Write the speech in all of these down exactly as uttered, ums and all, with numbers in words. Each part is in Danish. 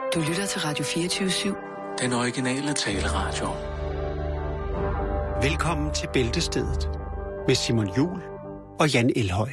Du lytter til Radio fireogtyve syv. Den originale taleradio. Velkommen til Bæltestedet med Simon Juhl og Jan Elhøj.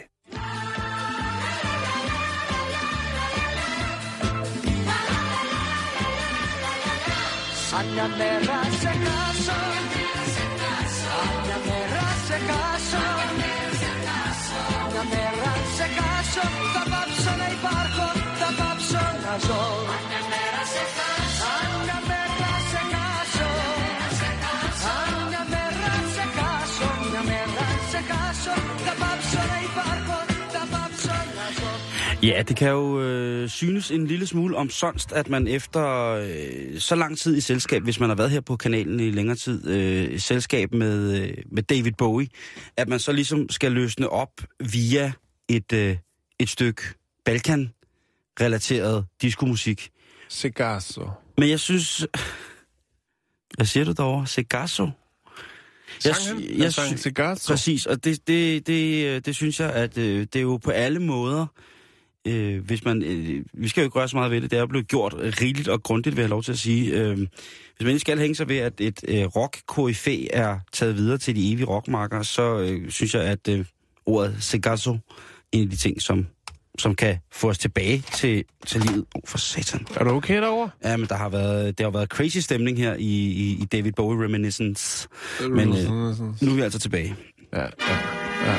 Ja, det kan jo øh, synes en lille smule omsonst, at man efter øh, så lang tid i selskab, hvis man har været her på kanalen i længere tid, øh, selskab med, øh, med David Bowie, at man så ligesom skal løsne op via et, øh, et stykke Balkan-relateret diskomusik. Segasso. Men jeg synes... Hvad siger du derovre? Segasso? Jeg, jeg, jeg sang Segasso. Præcis, og det, det, det, det synes jeg, at øh, det er jo på alle måder... Øh, hvis man, øh, vi skal jo ikke gøre så meget ved det, det er jo blevet gjort rigeligt og grundigt, vil jeg have lov til at sige. Øh, hvis man ikke skal hænge sig ved, at et øh, rock-koryfæ er taget videre til de evige rockmarker, så øh, synes jeg, at øh, ordet Segasso er en af de ting, som, som kan få os tilbage til, til livet. Åh, oh, for satan. Er du okay derovre? Ja, men der har været, der har været crazy stemning her i, i, i David Bowie Reminiscence. Men øh, nu er vi altså tilbage. Ja, ja, ja.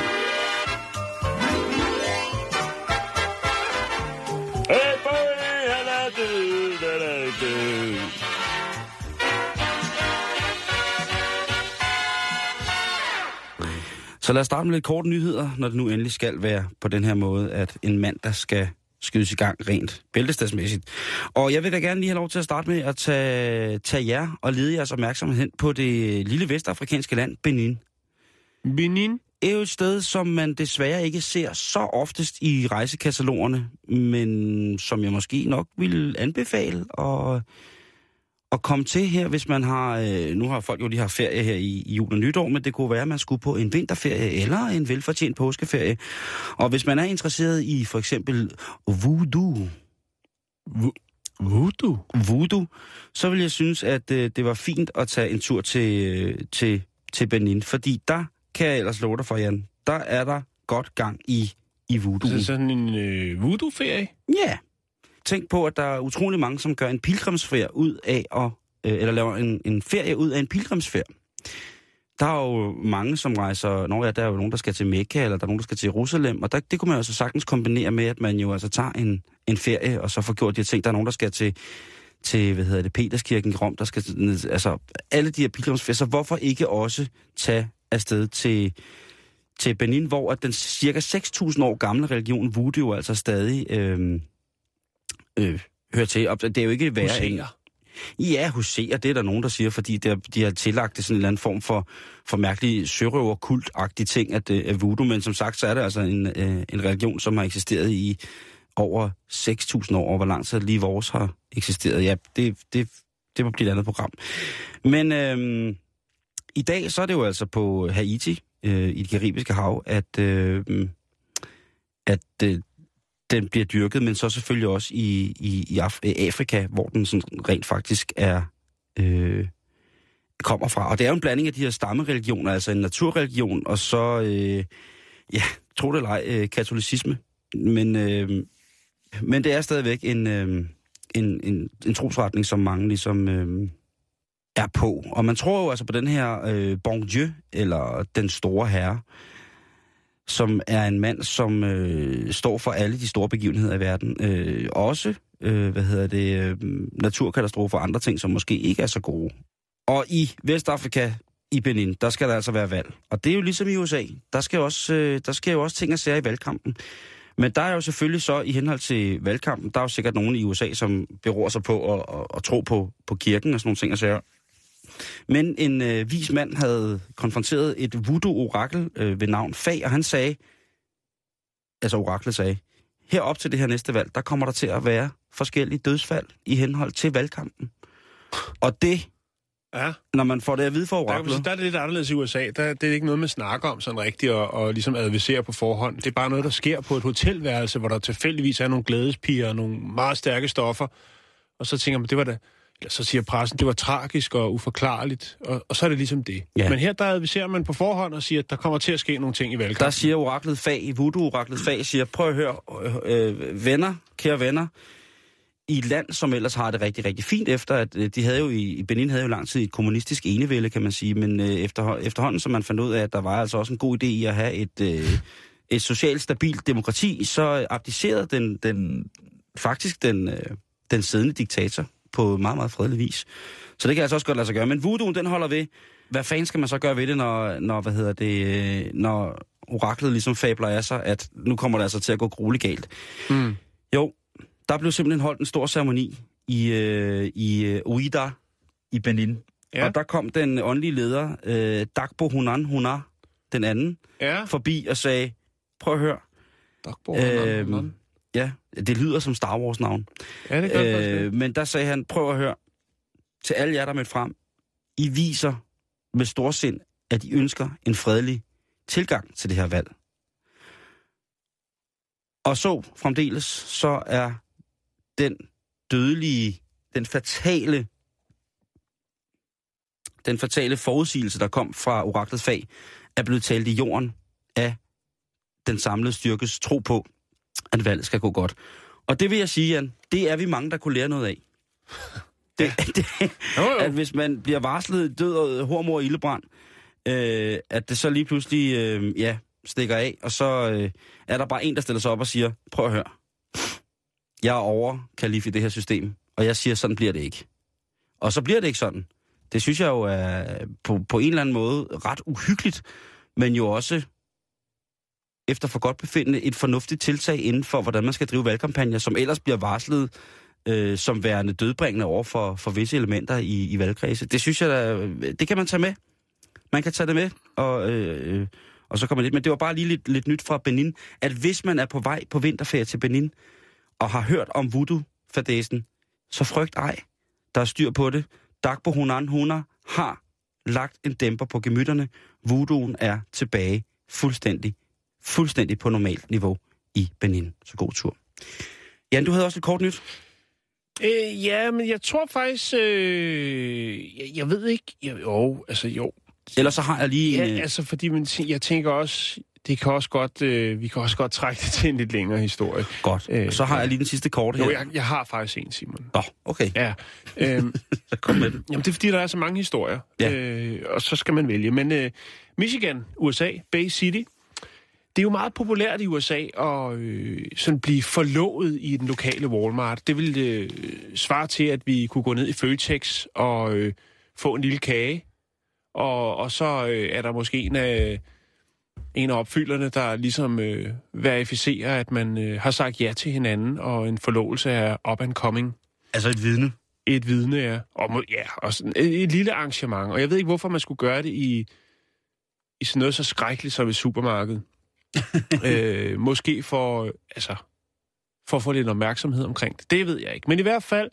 Så lad os starte med lidt korte nyheder, når det nu endelig skal være på den her måde, at en mand, der skal skydes i gang rent bæltestadsmæssigt. Og jeg vil da gerne lige have lov til at starte med at tage, tage jer og lede jeres opmærksomhed hen på det lille vestafrikanske land, Benin. Benin? Det er jo et sted, som man desværre ikke ser så oftest i rejsekatalogerne, men som jeg måske nok vil anbefale at, at komme til her, hvis man har... Nu har folk jo lige haft ferie her i, i jul og nytår, men det kunne være, at man skulle på en vinterferie eller en velfortjent påskeferie. Og hvis man er interesseret i for eksempel voodoo... Voodoo? Voodoo, så vil jeg synes, at det var fint at tage en tur til, til, til Benin, fordi der... kan jeg ellers love dig for, Jan. Der er der godt gang i, i voodoo. Så er sådan en øh, voodoo-ferie? Ja. Tænk på, at der er utrolig mange, som gør en pilgrimsferie ud af, at, øh, eller laver en, en ferie ud af en pilgrimsferie. Der er jo mange, som rejser... Når ja, der er jo nogen, der skal til Mekka, eller der er nogen, der skal til Jerusalem, og der, det kunne man altså sagtens kombinere med, at man jo altså tager en, en ferie, og så får gjort de her ting. Der er nogen, der skal til... til, hvad hedder det, Peterskirken i Rom, der skal... Altså, alle de her pilgrimsferier, så hvorfor ikke også tage afsted til, til Benin, hvor at den cirka seks tusind år gamle religion voodoo altså stadig øh, øh, hører til. Og det er jo ikke værre end... Ja, huserer, det er der nogen, der siger, fordi de har, de har tillagt det sådan en eller anden form for, for mærkelig sørøverkult-agtige ting, at, at voodoo, men som sagt, så er det altså en, øh, en religion, som har eksisteret i over seks tusind år, og hvor lang tid lige vores har eksisteret. Ja, det, det, det må blive et andet program. Men... Øh, I dag så er det jo altså på Haiti, øh, i det Karibiske hav, at, øh, at øh, den bliver dyrket, men så selvfølgelig også i, i, i Af- Afrika, hvor den sådan rent faktisk er øh, kommer fra. Og det er jo en blanding af de her stammereligioner, altså en naturreligion, og så, øh, ja, tro det eller ej, øh, katolicisme. Men, øh, men det er stadigvæk en, øh, en, en, en trosretning, som mange ligesom... Øh, er på. Og man tror jo altså på den her øh, Bon Dieu, eller den store herre, som er en mand, som øh, står for alle de store begivenheder i verden. Øh, også, øh, hvad hedder det, øh, naturkatastrofer og andre ting, som måske ikke er så gode. Og i Vestafrika, i Benin, der skal der altså være valg. Og det er jo ligesom i U S A. Der skal, også, øh, der skal jo også ting og sager i valgkampen. Men der er jo selvfølgelig så, i henhold til valgkampen, der er jo sikkert nogen i U S A, som beror sig på at, at, at tro på, på kirken og sådan nogle ting og sager. Men en øh, vis mand havde konfronteret et voodoo-orakel øh, ved navn Fag, og han sagde, altså oraklet sagde, herop til det her næste valg, der kommer der til at være forskellige dødsfald i henhold til valgkampen. Og det, ja. Når man får det at vide for oraklet... Der, der er det lidt anderledes i U S A. Der, det er ikke noget, man snakker om sådan rigtigt og, og ligesom adviserer på forhånd. Det er bare noget, der sker på et hotelværelse, hvor der tilfældigvis er nogle glædespiger og nogle meget stærke stoffer. Og så tænker man, det var da, eller så siger pressen, det var tragisk og uforklarligt, og, og så er det ligesom det. Ja. Men her, der adviserer man på forhånd og siger, at der kommer til at ske nogle ting i valgkampen. Der siger oraklet Fag, voodoo-oraklet Fag, siger, prøv at høre, øh, venner, kære venner, i et land, som ellers har det rigtig, rigtig fint efter, at øh, de havde jo i, i Benin havde jo lang tid et kommunistisk enevælde, kan man sige, men øh, efter, efterhånden, som man fandt ud af, at der var altså også en god idé i at have et, øh, et socialt stabilt demokrati, så abdicerede den, den faktisk den, øh, den siddende diktator på meget, meget fredelig vis. Så det kan altså også godt lade sig gøre. Men voodooen, den holder ved. Hvad fanden skal man så gøre ved det, når, når hvad hedder det, når oraklet ligesom fabler af sig, at nu kommer det altså til at gå grueligt galt. Mm. Jo, der blev simpelthen holdt en stor ceremoni i, øh, i øh, Ouida i Benin. Ja. Og der kom den åndelige leder, øh, Dagbo Hunan Hunar, den anden, ja. forbi og sagde, prøv at høre. Dagbo Hunan øh, Hunar. Ja, det lyder som Star Wars navn. Ja, det gør det øh, Men der sagde han, prøv at høre, til alle jer, der mødte frem, I viser med storsind, at I ønsker en fredelig tilgang til det her valg. Og så fremdeles, så er den dødelige, den fatale, den fatale forudsigelse, der kom fra oraklets Fag, er blevet talt i jorden af den samlede styrkes tro på, at valget skal gå godt. Og det vil jeg sige, Jan, det er vi mange, der kunne lære noget af. Det, ja. det, jo, jo. At hvis man bliver varslet død og hormor og ildebrand, øh, at det så lige pludselig øh, ja, stikker af, og så øh, er der bare en, der stiller sig op og siger, prøv at høre, jeg er overkalif i det her system, og jeg siger, sådan bliver det ikke. Og så bliver det ikke sådan. Det synes jeg jo er på, på en eller anden måde ret uhyggeligt, men jo også efter for godt befindende et fornuftigt tiltag inden for, hvordan man skal drive valgkampagner, som ellers bliver varslet øh, som værende dødbringende over for, for visse elementer i, i valgkredse. Det synes jeg, der, det kan man tage med. Man kan tage det med, og, øh, og så kommer lidt. Men det var bare lige lidt, lidt nyt fra Benin, at hvis man er på vej på vinterferie til Benin, og har hørt om voodoo-fadæsen, så frygt ej. Der er styr på det. Dagbo Hunan Hunar har lagt en dæmper på gemytterne. Voodooen er tilbage fuldstændig, fuldstændig på normalt niveau i Benin. Så god tur. Jan, du havde også et kort nyt. Øh, ja, men jeg tror faktisk... Øh, jeg, jeg ved ikke... Jo, altså jo. Ellers så har jeg lige... Ja, en, altså fordi man, jeg tænker også... Det kan også godt, øh, vi kan også godt trække det til en lidt længere historie. Godt. Øh, så har jeg lige den sidste kort her. Jo, jeg, jeg har faktisk en, Simon. Nå, okay. Ja. Øhm, så kom med det. Jamen, det er fordi, der er så mange historier. Ja. Øh, og så skal man vælge. Men øh, Michigan, U S A, Bay City. Det er jo meget populært i U S A at øh, sådan blive forlovet i den lokale Walmart. Det vil øh, svare til, at vi kunne gå ned i Føtex og øh, få en lille kage. Og, og så øh, er der måske en af... En af opfylderne, der ligesom øh, verificerer, at man øh, har sagt ja til hinanden, og en forlovelse er up and coming. Altså et vidne? Et vidne, ja. Og, ja, og sådan et, et lille arrangement. Og jeg ved ikke, hvorfor man skulle gøre det i, i sådan noget så skrækkeligt som et supermarked. øh, måske for, altså, for at få lidt opmærksomhed omkring det. Det ved jeg ikke. Men i hvert fald,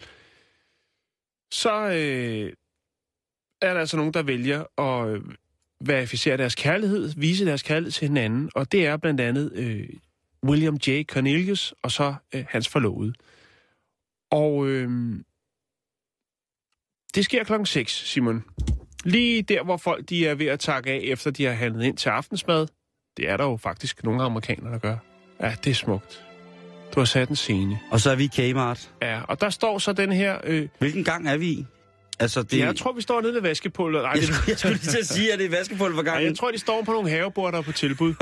så øh, er der altså nogen, der vælger at... verificere deres kærlighed, vise deres kærlighed til hinanden, og det er blandt andet øh, William J. Cornelius, og så øh, hans forlovede. Og øh, det sker klokken seks, Simon. Lige der, hvor folk de er ved at takke af, efter de har handlet ind til aftensmad. Det er der jo faktisk nogle amerikanere, der gør. Ja, det er smukt. Du har sat en scene. Og så er vi i Kmart. Ja, og der står så den her... Øh, Hvilken gang er vi i? Altså, det... Jeg tror, vi står nede ved vaskepulver. Nej, jeg, skulle, jeg skulle lige til at sige, at det er vaskepulver gang. Nej, jeg tror, de står på nogle havebord, der er på tilbud.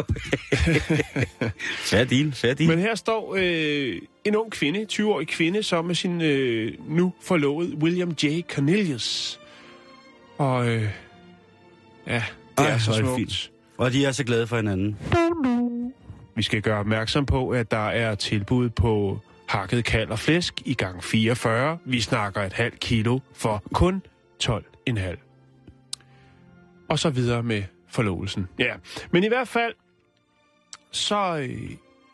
Færd din, færd din. Men her står øh, en ung kvinde, tyve-årig kvinde, som med sin øh, nu forlovede William J. Cornelius. Og øh, ja, det Ej, er så smukt. Fint. Og de er så glade for hinanden. Vi skal gøre opmærksom på, at der er tilbud på... hakket kald og flæsk i gang fireogfyrre. Vi snakker et halvt kilo for kun tolv komma fem. Og så videre med forlovelsen. Ja, men i hvert fald, så... Øh,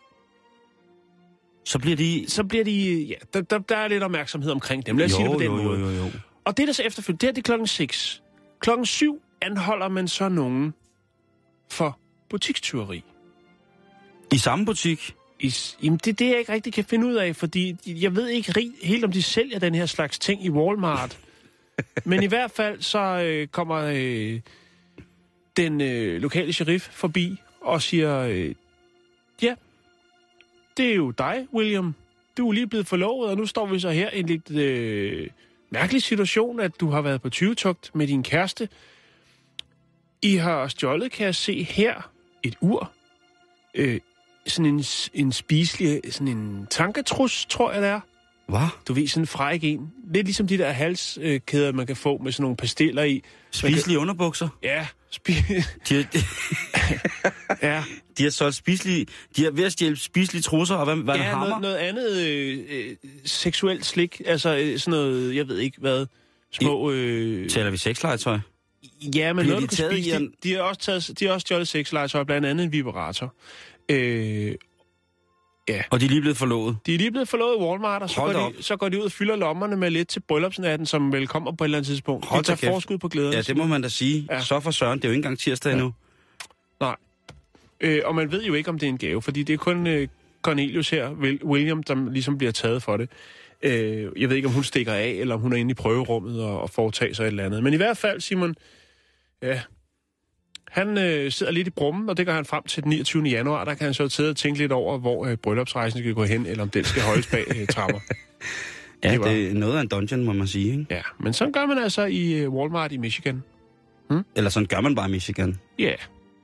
så bliver de... Så bliver de... Ja, der, der, der er lidt opmærksomhed omkring dem. Lad os jo, sige det på den jo, måde. Jo, jo, jo. Og det, der så efterfølgende, det er det klokken seks. Klokken syv anholder man så nogen for butikstyveri. I samme butik? I, jamen, det er det, jeg ikke rigtig kan finde ud af, fordi jeg ved ikke rig, helt, om de sælger den her slags ting i Walmart. Men i hvert fald så øh, kommer øh, den øh, lokale sheriff forbi og siger, øh, ja, det er jo dig, William. Du er lige blevet forlovet, og nu står vi så her i en lidt øh, mærkelig situation, at du har været på tyvetugt med din kæreste. I har stjålet, kan jeg se her, et ur. Øh, sådan en, en spiselig, sådan en tanketrus, tror jeg det er. Hvad? Du ved, sådan en fræk en. Lidt ligesom de der halskæder, man kan få med sådan nogle pastiller i. Spiselige kan... underbukser? Ja. Spi- de, har, de... ja. De har solgt spiselige... De har ved at stjæle spiselige trusser, og hvad, hvad ja, hammer? noget, noget andet øh, øh, seksuelt slik. Altså øh, sådan noget, jeg ved ikke hvad, små... Øh... Taler vi sexlegetøj? Ja, men bliver noget, de du kan spise. en... De, de, har også taget, de har også stjålet sexlegetøj, blandt andet en vibrator. Øh... Ja. Og de er lige blevet forlovet? De er lige blevet forlovet i Walmart, og så går, de, så går de ud og fylder lommerne med lidt til bryllupsnatten, som vel kommer på et eller andet tidspunkt. Hold de tager kæft. forskud på glæden. Ja, det må man da sige. Ja. Så for søren, det er jo ikke engang tirsdag ja. endnu. Nej. Øh, og man ved jo ikke, om det er en gave, fordi det er kun øh, Cornelius her, William, der ligesom bliver taget for det. Øh, jeg ved ikke, om hun stikker af, eller om hun er inde i prøverummet og, og foretager sig et eller andet. Men i hvert fald, Simon, ja... Han øh, sidder lidt i brummen, og det gør han frem til den niogtyvende januar. Der kan han så sidde og tænke lidt over, hvor øh, bryllupsrejsen skal gå hen, eller om den skal holdes bag øh, trapper. Ja, det, det er noget af en dungeon, må man sige. Ikke? Ja, men sådan gør man altså i øh, Walmart i Michigan. Hmm? Eller sådan gør man bare i Michigan. Ja. Yeah.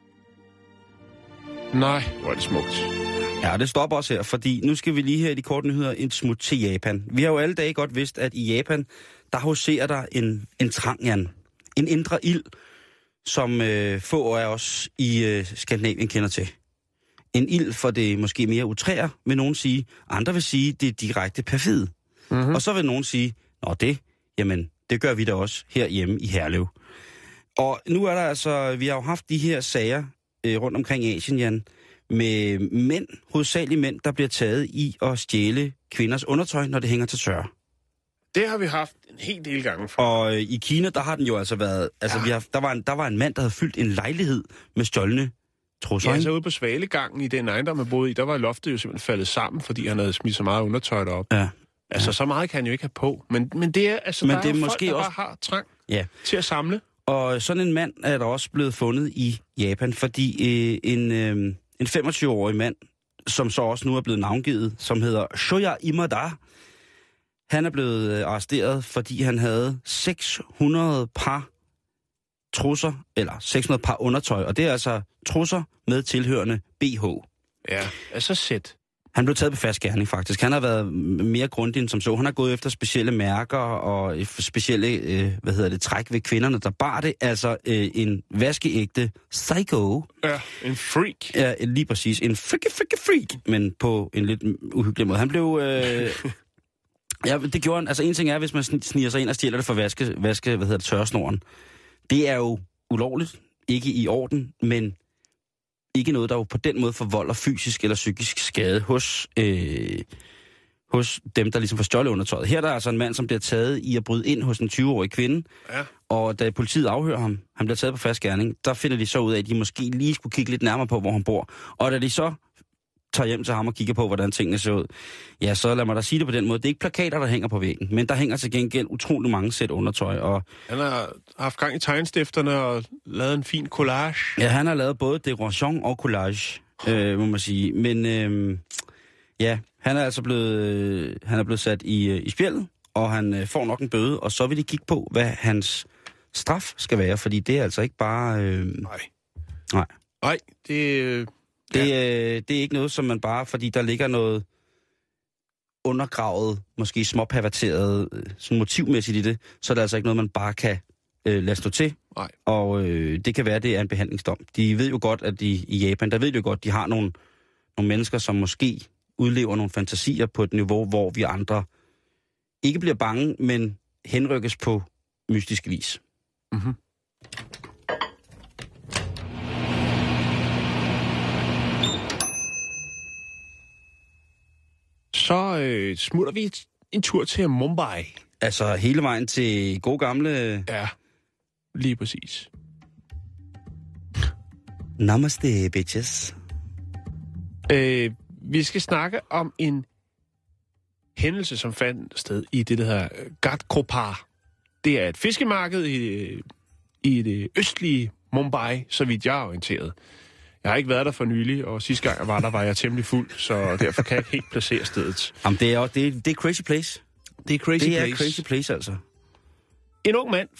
Nej, hvor er det smukt. Ja, det stopper også her, fordi nu skal vi lige her i de korte nyheder en smut til Japan. Vi har jo alle dage godt vidst, at i Japan, der huserer der en, en trang, Jan. En indre ild, som øh, få af os i øh, Skandinavien kender til. En ild for det måske mere utræer, vil nogen sige. Andre vil sige, det er direkte perfid. Mm-hmm. Og så vil nogen sige, nå det, jamen det gør vi da også herhjemme i Herlev. Og nu er der altså, vi har jo haft de her sager øh, rundt omkring Asien, Jan, med mænd, hovedsageligt mænd, der bliver taget i at stjæle kvinders undertøj, når det hænger til tørre. Det har vi haft en hel del gange for. Og øh, i Kina, der har den jo altså været... Altså, ja. vi har, der, var en, der var en mand, der havde fyldt en lejlighed med stjålne trusser. Ja, så ude på Svalegangen i den ejendom, man boede i, der var loftet jo simpelthen faldet sammen, fordi han havde smidt så meget undertøj op. Ja. Altså, ja. Så meget kan han jo ikke have på. Men, men det er, altså, men der det er er måske folk, der også... bare har trang ja. til at samle. Og sådan en mand er der også blevet fundet i Japan, fordi øh, en, øh, en femogtyve-årig mand, som så også nu er blevet navngivet, som hedder Shoya Imada, han er blevet arresteret, fordi han havde seks hundrede par trusser, eller seks hundrede par undertøj, og det er altså trusser med tilhørende B H. Ja, altså sæt. Han blev taget på fast gerning, faktisk. Han har været mere grundig end som så. Han har gået efter specielle mærker og specielle, øh, hvad hedder det, træk ved kvinderne, der bar det. Altså øh, en vaskeægte psycho. Ja, en freak. Ja, lige præcis. En freaky, freaky freak, men på en lidt uhyggelig måde. Han blev... Øh, ja, det gjorde han. Altså en ting er, hvis man sniger sig ind og stjæler det for vaske, vaske hvad hedder det, tørresnoren. Det er jo ulovligt, ikke i orden, men ikke noget, der jo på den måde forvolder fysisk eller psykisk skade hos, øh, hos dem, der ligesom får stjålet undertøjet. Her er der altså en mand, som bliver taget i at bryde ind hos en tyve-årig kvinde, ja. Og da politiet afhører ham, han bliver taget på fast gerning, der finder de så ud af, at de måske lige skulle kigge lidt nærmere på, hvor han bor. Og da de så tager hjem til ham og kigger på, hvordan tingene ser ud, ja, så lad mig da sige det på den måde. Det er ikke plakater, der hænger på væggen, men der hænger til gengæld utrolig mange sæt undertøj. Og han har haft gang i tegnstifterne og lavet en fin collage. Ja, han har lavet både decoration og collage, øh, må man sige. Men øh, ja, han er altså blevet, øh, han er blevet sat i, øh, i spjældet, og han øh, får nok en bøde, og så vil de kigge på, hvad hans straf skal være, fordi det er altså ikke bare... Øh, nej. Nej. Nej, det... Øh... Det, ja. øh, det er ikke noget, som man bare, fordi der ligger noget undergravet, måske småperverteret, sådan motivmæssigt i det, så er det altså ikke noget, man bare kan øh, lade stå til. Nej. Og øh, det kan være, det er en behandlingsdom. De ved jo godt, at de i Japan, der ved de jo godt, de har nogle, nogle mennesker, som måske udlever nogle fantasier på et niveau, hvor vi andre ikke bliver bange, men henrykkes på mystisk vis. Mhm. Så øh, smutter vi en tur til Mumbai. Altså hele vejen til god gamle... Ja, lige præcis. Namaste, bitches. Øh, vi skal snakke om en hændelse, som fandt sted i det, der hedder Ghatkropar. Det er et fiskemarked i, i det østlige Mumbai, så vidt jeg er orienteret. Jeg har ikke været der for nylig, og sidste gang jeg var der, var jeg temmelig fuld, så derfor kan jeg ikke helt placere stedet. Jamen, det er jo det er, det er crazy place. Det er crazy det place. Det er crazy place, altså. En ung mand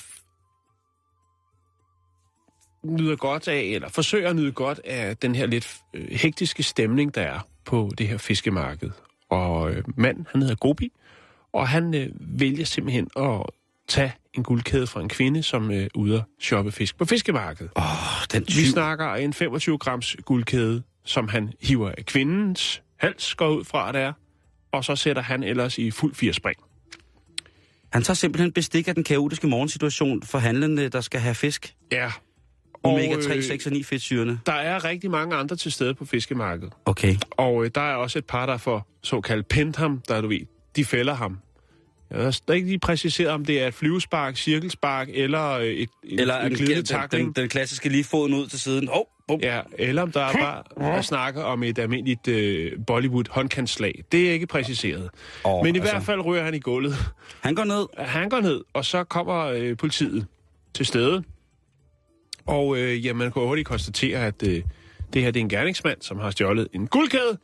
nyder godt af, eller forsøger at nyde godt af den her lidt øh, hektiske stemning, der er på det her fiskemarked. Og øh, manden, han hedder Gopi, og han øh, vælger simpelthen at tage en guldkæde fra en kvinde, som er øh, ude at shoppe fisk på fiskemarkedet. Oh, den Vi snakker en femogtyve grams guldkæde, som han hiver af kvindens hals, går ud fra, der er, og så sætter han ellers i fuld firespring. Han tager simpelthen bestik af den kaotiske morgensituation for handlende, der skal have fisk. Ja. Omega tre, seks og ni fedtsyrene. Der er rigtig mange andre til stede på fiskemarkedet. Okay. Og øh, der er også et par, der får såkaldt pent ham, der du ved, de fælder ham. Jeg har ikke lige præciseret, om det er et flyvespark, cirkelspark eller øh, et, eller en glidende tackling. Den, den klassiske lige foden ud til siden. Oh, bum. Ja, eller om der er bare at snakke om et almindeligt øh, Bollywood håndkantslag. Det er ikke præciseret. Oh, Men i altså, hvert fald ryger han i gulvet. Han går ned. Han går ned, og så kommer øh, politiet til stede. Og øh, ja, man kan hurtigt konstatere, at øh, det her det er en gerningsmand, som har stjålet en guldkæde.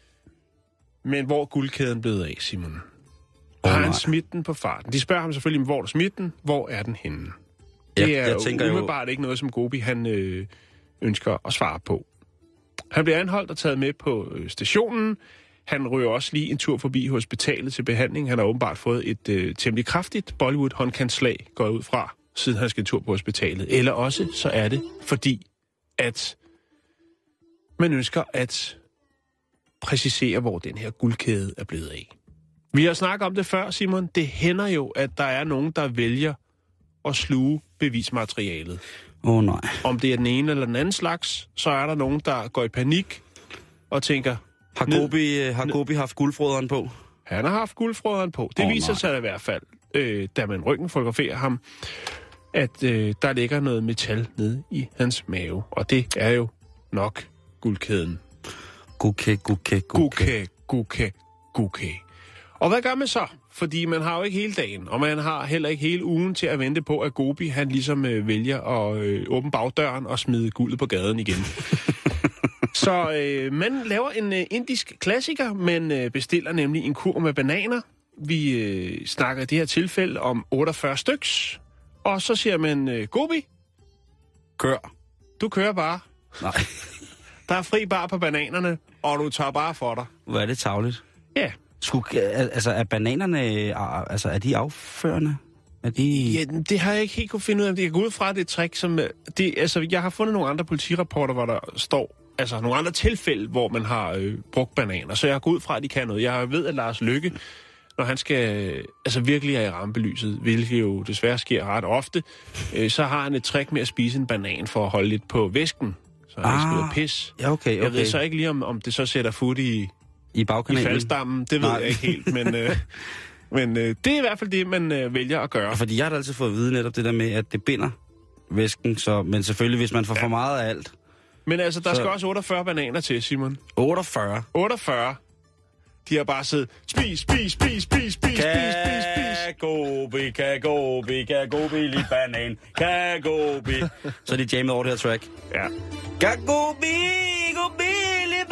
Men hvor er guldkæden blevet af, Simon? Oh, har han smidt den på farten? De spørger ham selvfølgelig, hvor er du smidt den? Hvor er den henne? Ja, det er jeg tænker umiddelbart jo... ikke noget, som Gopi han, øh, ønsker at svare på. Han bliver anholdt og taget med på øh, stationen. Han ryger også lige en tur forbi hospitalet til behandling. Han har åbenbart fået et øh, temmelig kraftigt Bollywood-håndkantslag, går ud fra, siden han skal en tur på hospitalet. Eller også så er det fordi, at man ønsker at præcisere, hvor den her guldkæde er blevet af. Vi har snakket om det før, Simon. Det hænder jo, at der er nogen, der vælger at sluge bevismaterialet. Åh oh, nej. Om det er den ene eller den anden slags, så er der nogen, der går i panik og tænker... Har Gopi, ned, har Gopi haft guldfrøderen på? Han har haft guldfrøderen på. Det oh, viser nej. sig i hvert fald, øh, da man ryggen fotograferer ham, at øh, der ligger noget metal nede i hans mave. Og det er jo nok guldkæden. Guke, guke, guke. Guke, guke. Og hvad gør man så? Fordi man har jo ikke hele dagen, og man har heller ikke hele ugen til at vente på, at Gopi han ligesom øh, vælger at øh, åbne bagdøren og smide guldet på gaden igen. Så øh, man laver en øh, indisk klassiker, men øh, bestiller nemlig en kur med bananer. Vi øh, snakker i det her tilfælde om otteogfyrre styks, og så siger man, øh, Gopi, kør. Du kører bare. Nej. Der er fri bar på bananerne, og du tager bare for dig. Hvor er det tarveligt? Ja. Skulle, altså, er bananerne, altså, er de afførende? Er de... Ja, det har jeg ikke helt kunne finde ud af. Jeg går ud fra, det et trick, som... Det, altså, jeg har fundet nogle andre politirapporter, hvor der står... Altså, nogle andre tilfælde, hvor man har øh, brugt bananer. Så jeg har gået ud fra, at de kan noget. Jeg ved, at Lars Løkke, når han skal... Altså, virkelig er i rampelyset, hvilket jo desværre sker ret ofte, øh, så har han et trick med at spise en banan for at holde lidt på væsken. Så han ah, ikke skal ud og pisse. Ja, okay, okay. Jeg ved så ikke lige, om, om det så sætter fod i... I bagkanalen? I faldstammen, det ved Nej. jeg ikke helt, men, øh, men øh, det er i hvert fald det, man øh, vælger at gøre. Ja, fordi jeg har altid fået at vide netop det der med, at det binder væsken, så, men selvfølgelig, hvis man får ja. for meget af alt. Men altså, der så... skal også otteogfyrre bananer til, Simon. otteogfyrre? otteogfyrre. De har bare siddet, spis, spis, spis, spis, spis, spis, spis, spis. Gobi, kan Gobi, kan Gobi lide banan, kan Gobi. Så er de jammet over det her track. Ja. Kan Gobi, Gobi lide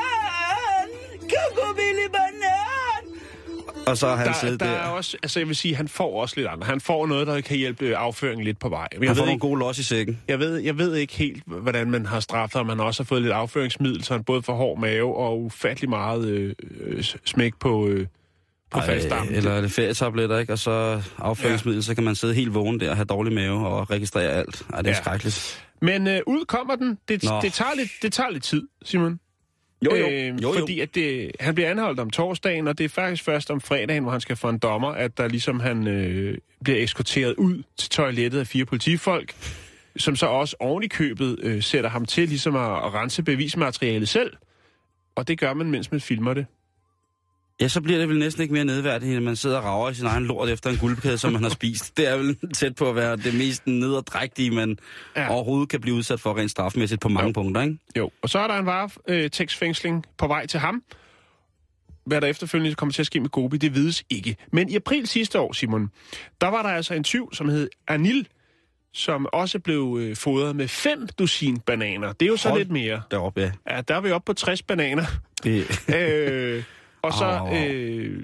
banan, kan Gobi lide banan. Og så har han der, siddet der. der. Er også, altså jeg vil sige, han får også lidt andet. Han får noget, der kan hjælpe afføringen lidt på vej. Men han får nogle gode los i sækken. Jeg ved, jeg ved ikke helt, hvordan man har straffet, og man også har fået lidt afføringsmiddel, så han både får hård mave og ufattelig meget øh, øh, smæk på, øh, på faldstammen. Eller er det ferietabletter, ikke? Og så afføringsmiddel, ja. Så kan man sidde helt vågen der og have dårlig mave og registrere alt. Ej, det er ja. skrækkeligt. Men øh, ud kommer den. Det, det, tager lidt, det tager lidt tid, Simon. Jo, jo. Øh, jo, jo. Fordi at det, han bliver anholdt om torsdagen, og det er faktisk først om fredagen, hvor han skal få en dommer, at der ligesom han øh, bliver eskorteret ud til toilettet af fire politifolk, som så også oven i købet øh, sætter ham til ligesom at, at rense bevismaterialet selv. Og det gør man, mens man filmer det. Ja, så bliver det vel næsten ikke mere nedværdigt, end man sidder og rager i sin egen lort efter en guldkæde, som man har spist. Det er vel tæt på at være det mest nederdrægtige, man ja. overhovedet kan blive udsat for rent strafmæssigt på mange jo. punkter, ikke? Jo, og så er der en varetekstfængsling på vej til ham, hvad der efterfølgende kommer til at ske med Gobi, det vides ikke. Men i april sidste år, Simon, der var der altså en tyv, som hed Anil, som også blev øh, fodret med fem dusin bananer. Det er jo så Hold lidt mere. Deroppe, ja. Ja, der er vi oppe på tres bananer. Det... øh, og så... Oh. Øh,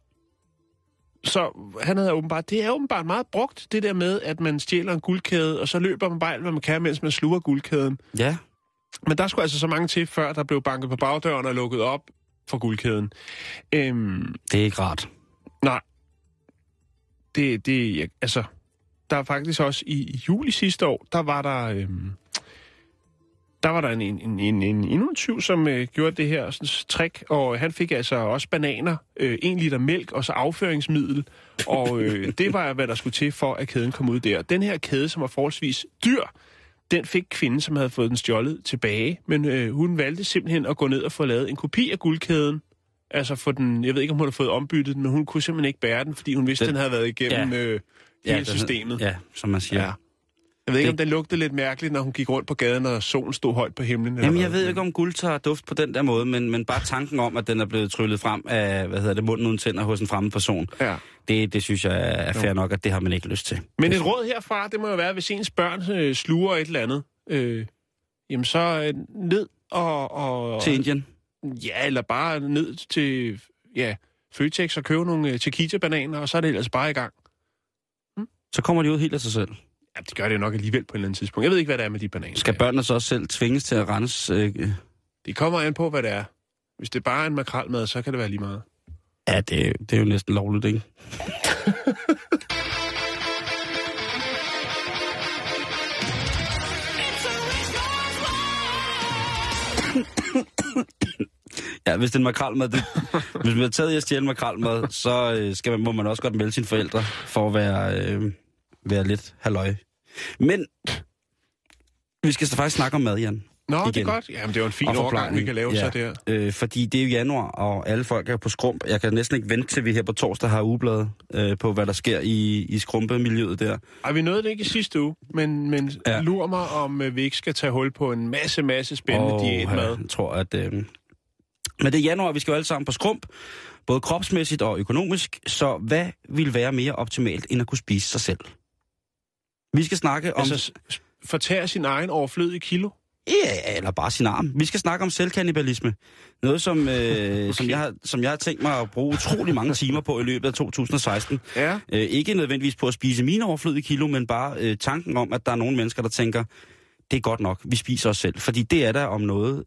så han havde åbenbart... Det er åbenbart meget brugt, det der med, at man stjæler en guldkæde, og så løber man bare alt, hvad man kan, mens man sluger guldkæden. Ja. Men der skulle altså så mange til, før der blev banket på bagdøren og lukket op for guldkæden. Øhm, Det er ikke rart. nej. Det, det, ja, altså... Der er faktisk også i juli sidste år, der var der... Øhm, der var der en, en, en, en, en endnu en tyv, som øh, gjorde det her sådan, trick, og han fik altså også bananer, øh, en liter mælk og så afføringsmiddel, og øh, det var, hvad der skulle til for, at kæden kom ud der. Den her kæde, som var forholdsvis dyr, den fik kvinden, som havde fået den stjålet, tilbage, men øh, hun valgte simpelthen at gå ned og få lavet en kopi af guldkæden, altså for den, jeg ved ikke, om hun havde fået ombyttet den, men hun kunne simpelthen ikke bære den, fordi hun vidste, den, den havde været igennem... Ja. Øh, Ja, hele systemet. Ja, som man siger. Ja. Jeg ved ikke, det... om den lugtede lidt mærkeligt, når hun gik rundt på gaden, og solen stod højt på himlen. Jamen, jeg ved ikke, om guld tager duft på den der måde, men, men bare tanken om, at den er blevet tryllet frem af, hvad hedder det, munden uden tænder hos en fremmed person, ja. det, det synes jeg er fair nok, at det har man ikke lyst til. Men et råd herfra, det må jo være, hvis ens børn øh, sluger et eller andet, øh, jamen så øh, ned og, og... Til Indien? Ja, eller bare ned til ja, Føtex og købe nogle øh, Chiquita-bananer, og så er det ellers bare i gang. Så kommer de ud helt af sig selv. Ja, det gør det nok alligevel på et eller andet tidspunkt. Jeg ved ikke, hvad det er med de bananer. Skal børnene så også selv tvinges til at renses? Øh... Det kommer an på, hvad det er. Hvis det bare er en makrelmad, så kan det være lige meget. Ja, det, det er jo næsten lovligt, ikke? Ja, hvis det er en makrelmad, det, hvis man har taget i at stjæle makrelmad, så øh, skal man, må man også godt melde sine forældre for at være, øh, være lidt halløj. Men vi skal så faktisk snakke om mad, Jan. Nå, igen. det er godt. Jamen, det er jo en fin overgang, vi kan lave ja, så der. Øh, fordi det er jo januar, og alle folk er på skrump. Jeg kan næsten ikke vente til, vi her på torsdag har ugebladet øh, på, hvad der sker i, i skrumpemiljøet der. Ej, vi nåede det ikke i sidste uge, men, men ja. lurer mig, om øh, vi ikke skal tage hul på en masse, masse spændende oh, diætmad. Jeg tror, at... Øh... Men det er januar, vi skal jo alle sammen på skrump, både kropsmæssigt og økonomisk, så hvad vil være mere optimalt, end at kunne spise sig selv? Vi skal snakke om... Altså, fortære sin egen overflødige kilo? Ja, eller bare sin arm. Vi skal snakke om selvkannibalisme. Noget, som, øh, okay. som, jeg har, som jeg har tænkt mig at bruge utrolig mange timer på i løbet af to tusind og seksten. Ja. Øh, ikke nødvendigvis på at spise mine overflødige kilo, men bare øh, tanken om, at der er nogle mennesker, der tænker, det er godt nok, vi spiser os selv. Fordi det er der om noget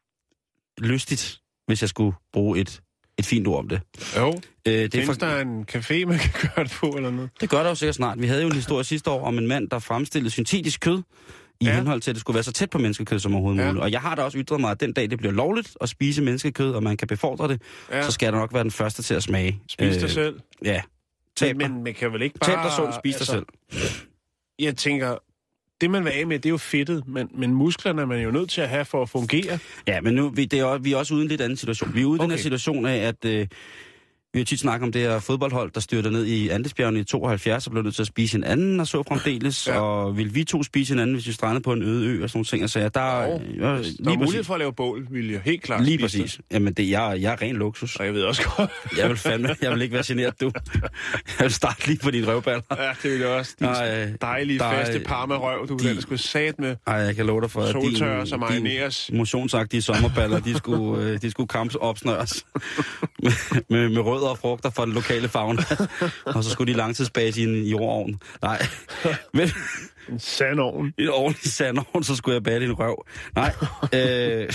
lystigt, hvis jeg skulle bruge et, et fint ord om det. Jo. Øh, det Findes for... der en café, man kan gøre det på, eller noget? Det gør der jo sikkert snart. Vi havde jo en historie sidste år om en mand, der fremstillede syntetisk kød, i ja. henhold til, at det skulle være så tæt på menneskekød som overhovedet ja. muligt. Og jeg har da også ytret mig, at den dag, det bliver lovligt at spise menneskekød, og man kan befordre det, ja. så skal jeg da nok være den første til at smage. Spis dig øh, selv? Ja. Tab men, men man kan vel ikke bare... Tab dig sundt, spis dig altså, selv. Jeg tænker, det man vil af med, det er jo fedtet, men, men musklerne er man jo nødt til at have for at fungere. Ja, men nu vi, det er, vi er også ude i en lidt anden situation. Vi er ude i okay. den her situation af, at... Øh, vi har tit snakket om det her fodboldhold, der styrte ned i Andesbjergene i tooghalvfjerds, og blev nødt til at spise en anden, og så fremdeles. Ja. Og vil vi to spise en anden, hvis vi strandede på en øde ø, og sådan nogle ting, og så der, jo, øh, der er mulighed for at lave bål, vil jeg helt klart lige præcis. Det. Jamen, det, jeg, jeg er ren luksus. Og jeg ved også godt. jeg vil fandme, jeg vil ikke være generet, du. Jeg vil starte lige på dine røvballer. Ja, det vil jeg også. Din Ej, dejlige, der, faste parma-røv, du vil skulle sat med. Ej, jeg kan love dig for, at soltørre, som marineres. Motionsagtige sommerballer, de skulle, de skulle kamps opsnøres med, med, med rødder og frugter fra den lokale fauna. Og så skulle de langtidsbase i en jordovn. Nej. Men, en sandovn. En ordentlig sandovn, så skulle jeg bage din røv. Nej. Øh...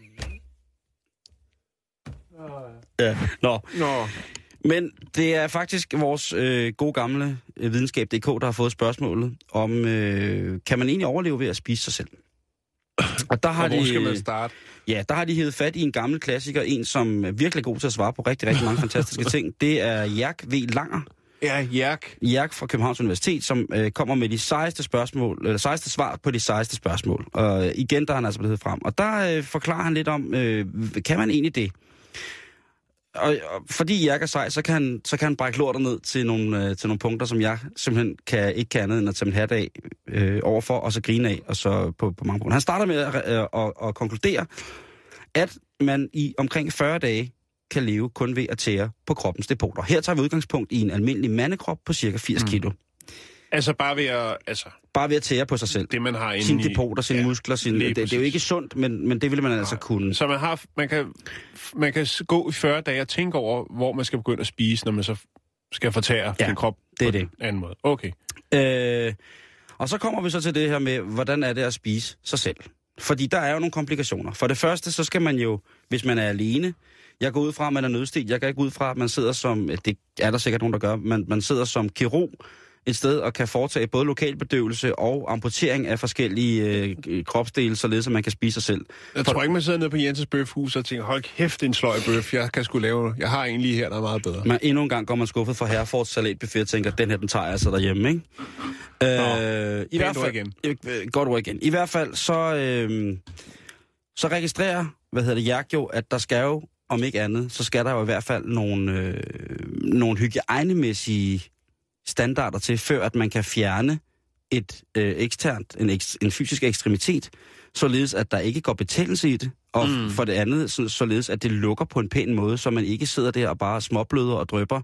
Ja, nå. Nå. Men det er faktisk vores øh, gode gamle øh, videnskab punktum d k, der har fået spørgsmålet om, øh, kan man egentlig overleve ved at spise sig selv? Og der har og hvor de, skal man starte? Ja, der har de hævet fat i en gammel klassiker, en som er virkelig god til at svare på rigtig, rigtig mange fantastiske ting. Det er Jerk V. Langer. Ja, Jerk. Jerk fra Københavns Universitet, som øh, kommer med de sejeste spørgsmål, eller sejeste svar på de sejeste spørgsmål. Og øh, igen, der er han altså blevet frem. Og der øh, forklarer han lidt om, øh, kan man egentlig det? Og, og fordi Jerk er sej, så kan han, så kan han brække lortet ned til nogle, øh, til nogle punkter, som jeg simpelthen kan, ikke kan andet end at tage min hat af øh, overfor, og så grine af, og så på, på mange punkter. Han starter med at, øh, at, at konkludere, at man i omkring fyrre dage kan leve kun ved at tære på kroppens depoter. Her tager vi udgangspunkt i en almindelig mandekrop på cirka firs kilo. Mm. Altså bare ved at... Altså, bare ved at tære på sig selv. Det, man har inde sine depoter, sine ja, muskler. Sine, det, det er jo ikke sundt, men, men det vil man altså kunne. Så man, har, man, kan, man kan gå i fyrre dage og tænke over, hvor man skal begynde at spise, når man så skal fortære ja, sin krop det er på det. en anden måde. Okay. Øh, og så kommer vi så til det her med, hvordan er det at spise sig selv? Fordi der er jo nogle komplikationer. For det første, så skal man jo, hvis man er alene, jeg går ud fra, at man er nødstigt. Jeg går ikke ud fra, at man sidder som, det er der sikkert nogen, der gør, men man sidder som kirurg et sted og kan foretage både lokalbedøvelse og amputering af forskellige øh, kropsdele, således at man kan spise sig selv. Jeg tror ikke, man sidder nede på Jenses bøfhus og tænker, hold kæft, en sløj bøf, jeg kan sgu lave, jeg har en lige her, der er meget bedre. Men endnu en gang går man skuffet for Herfords salatbuffet og tænker, den her, den tager jeg altså derhjemme, ikke? Nå, øh, i hvert fald, igen. Øh, godt ord igen. I hvert fald, så, øh, så registrerer, hvad hedder det, Jærk jo, at der skal jo, om ikke andet, så skal der jo i hvert fald nogle, øh, nogle hygiejnemæssige standarder til, før at man kan fjerne et øh, eksternt, en, ek, en fysisk ekstremitet, således at der ikke går betændelse i det, og mm. for det andet, så, således at det lukker på en pæn måde, så man ikke sidder der og bare småbløder og drypper.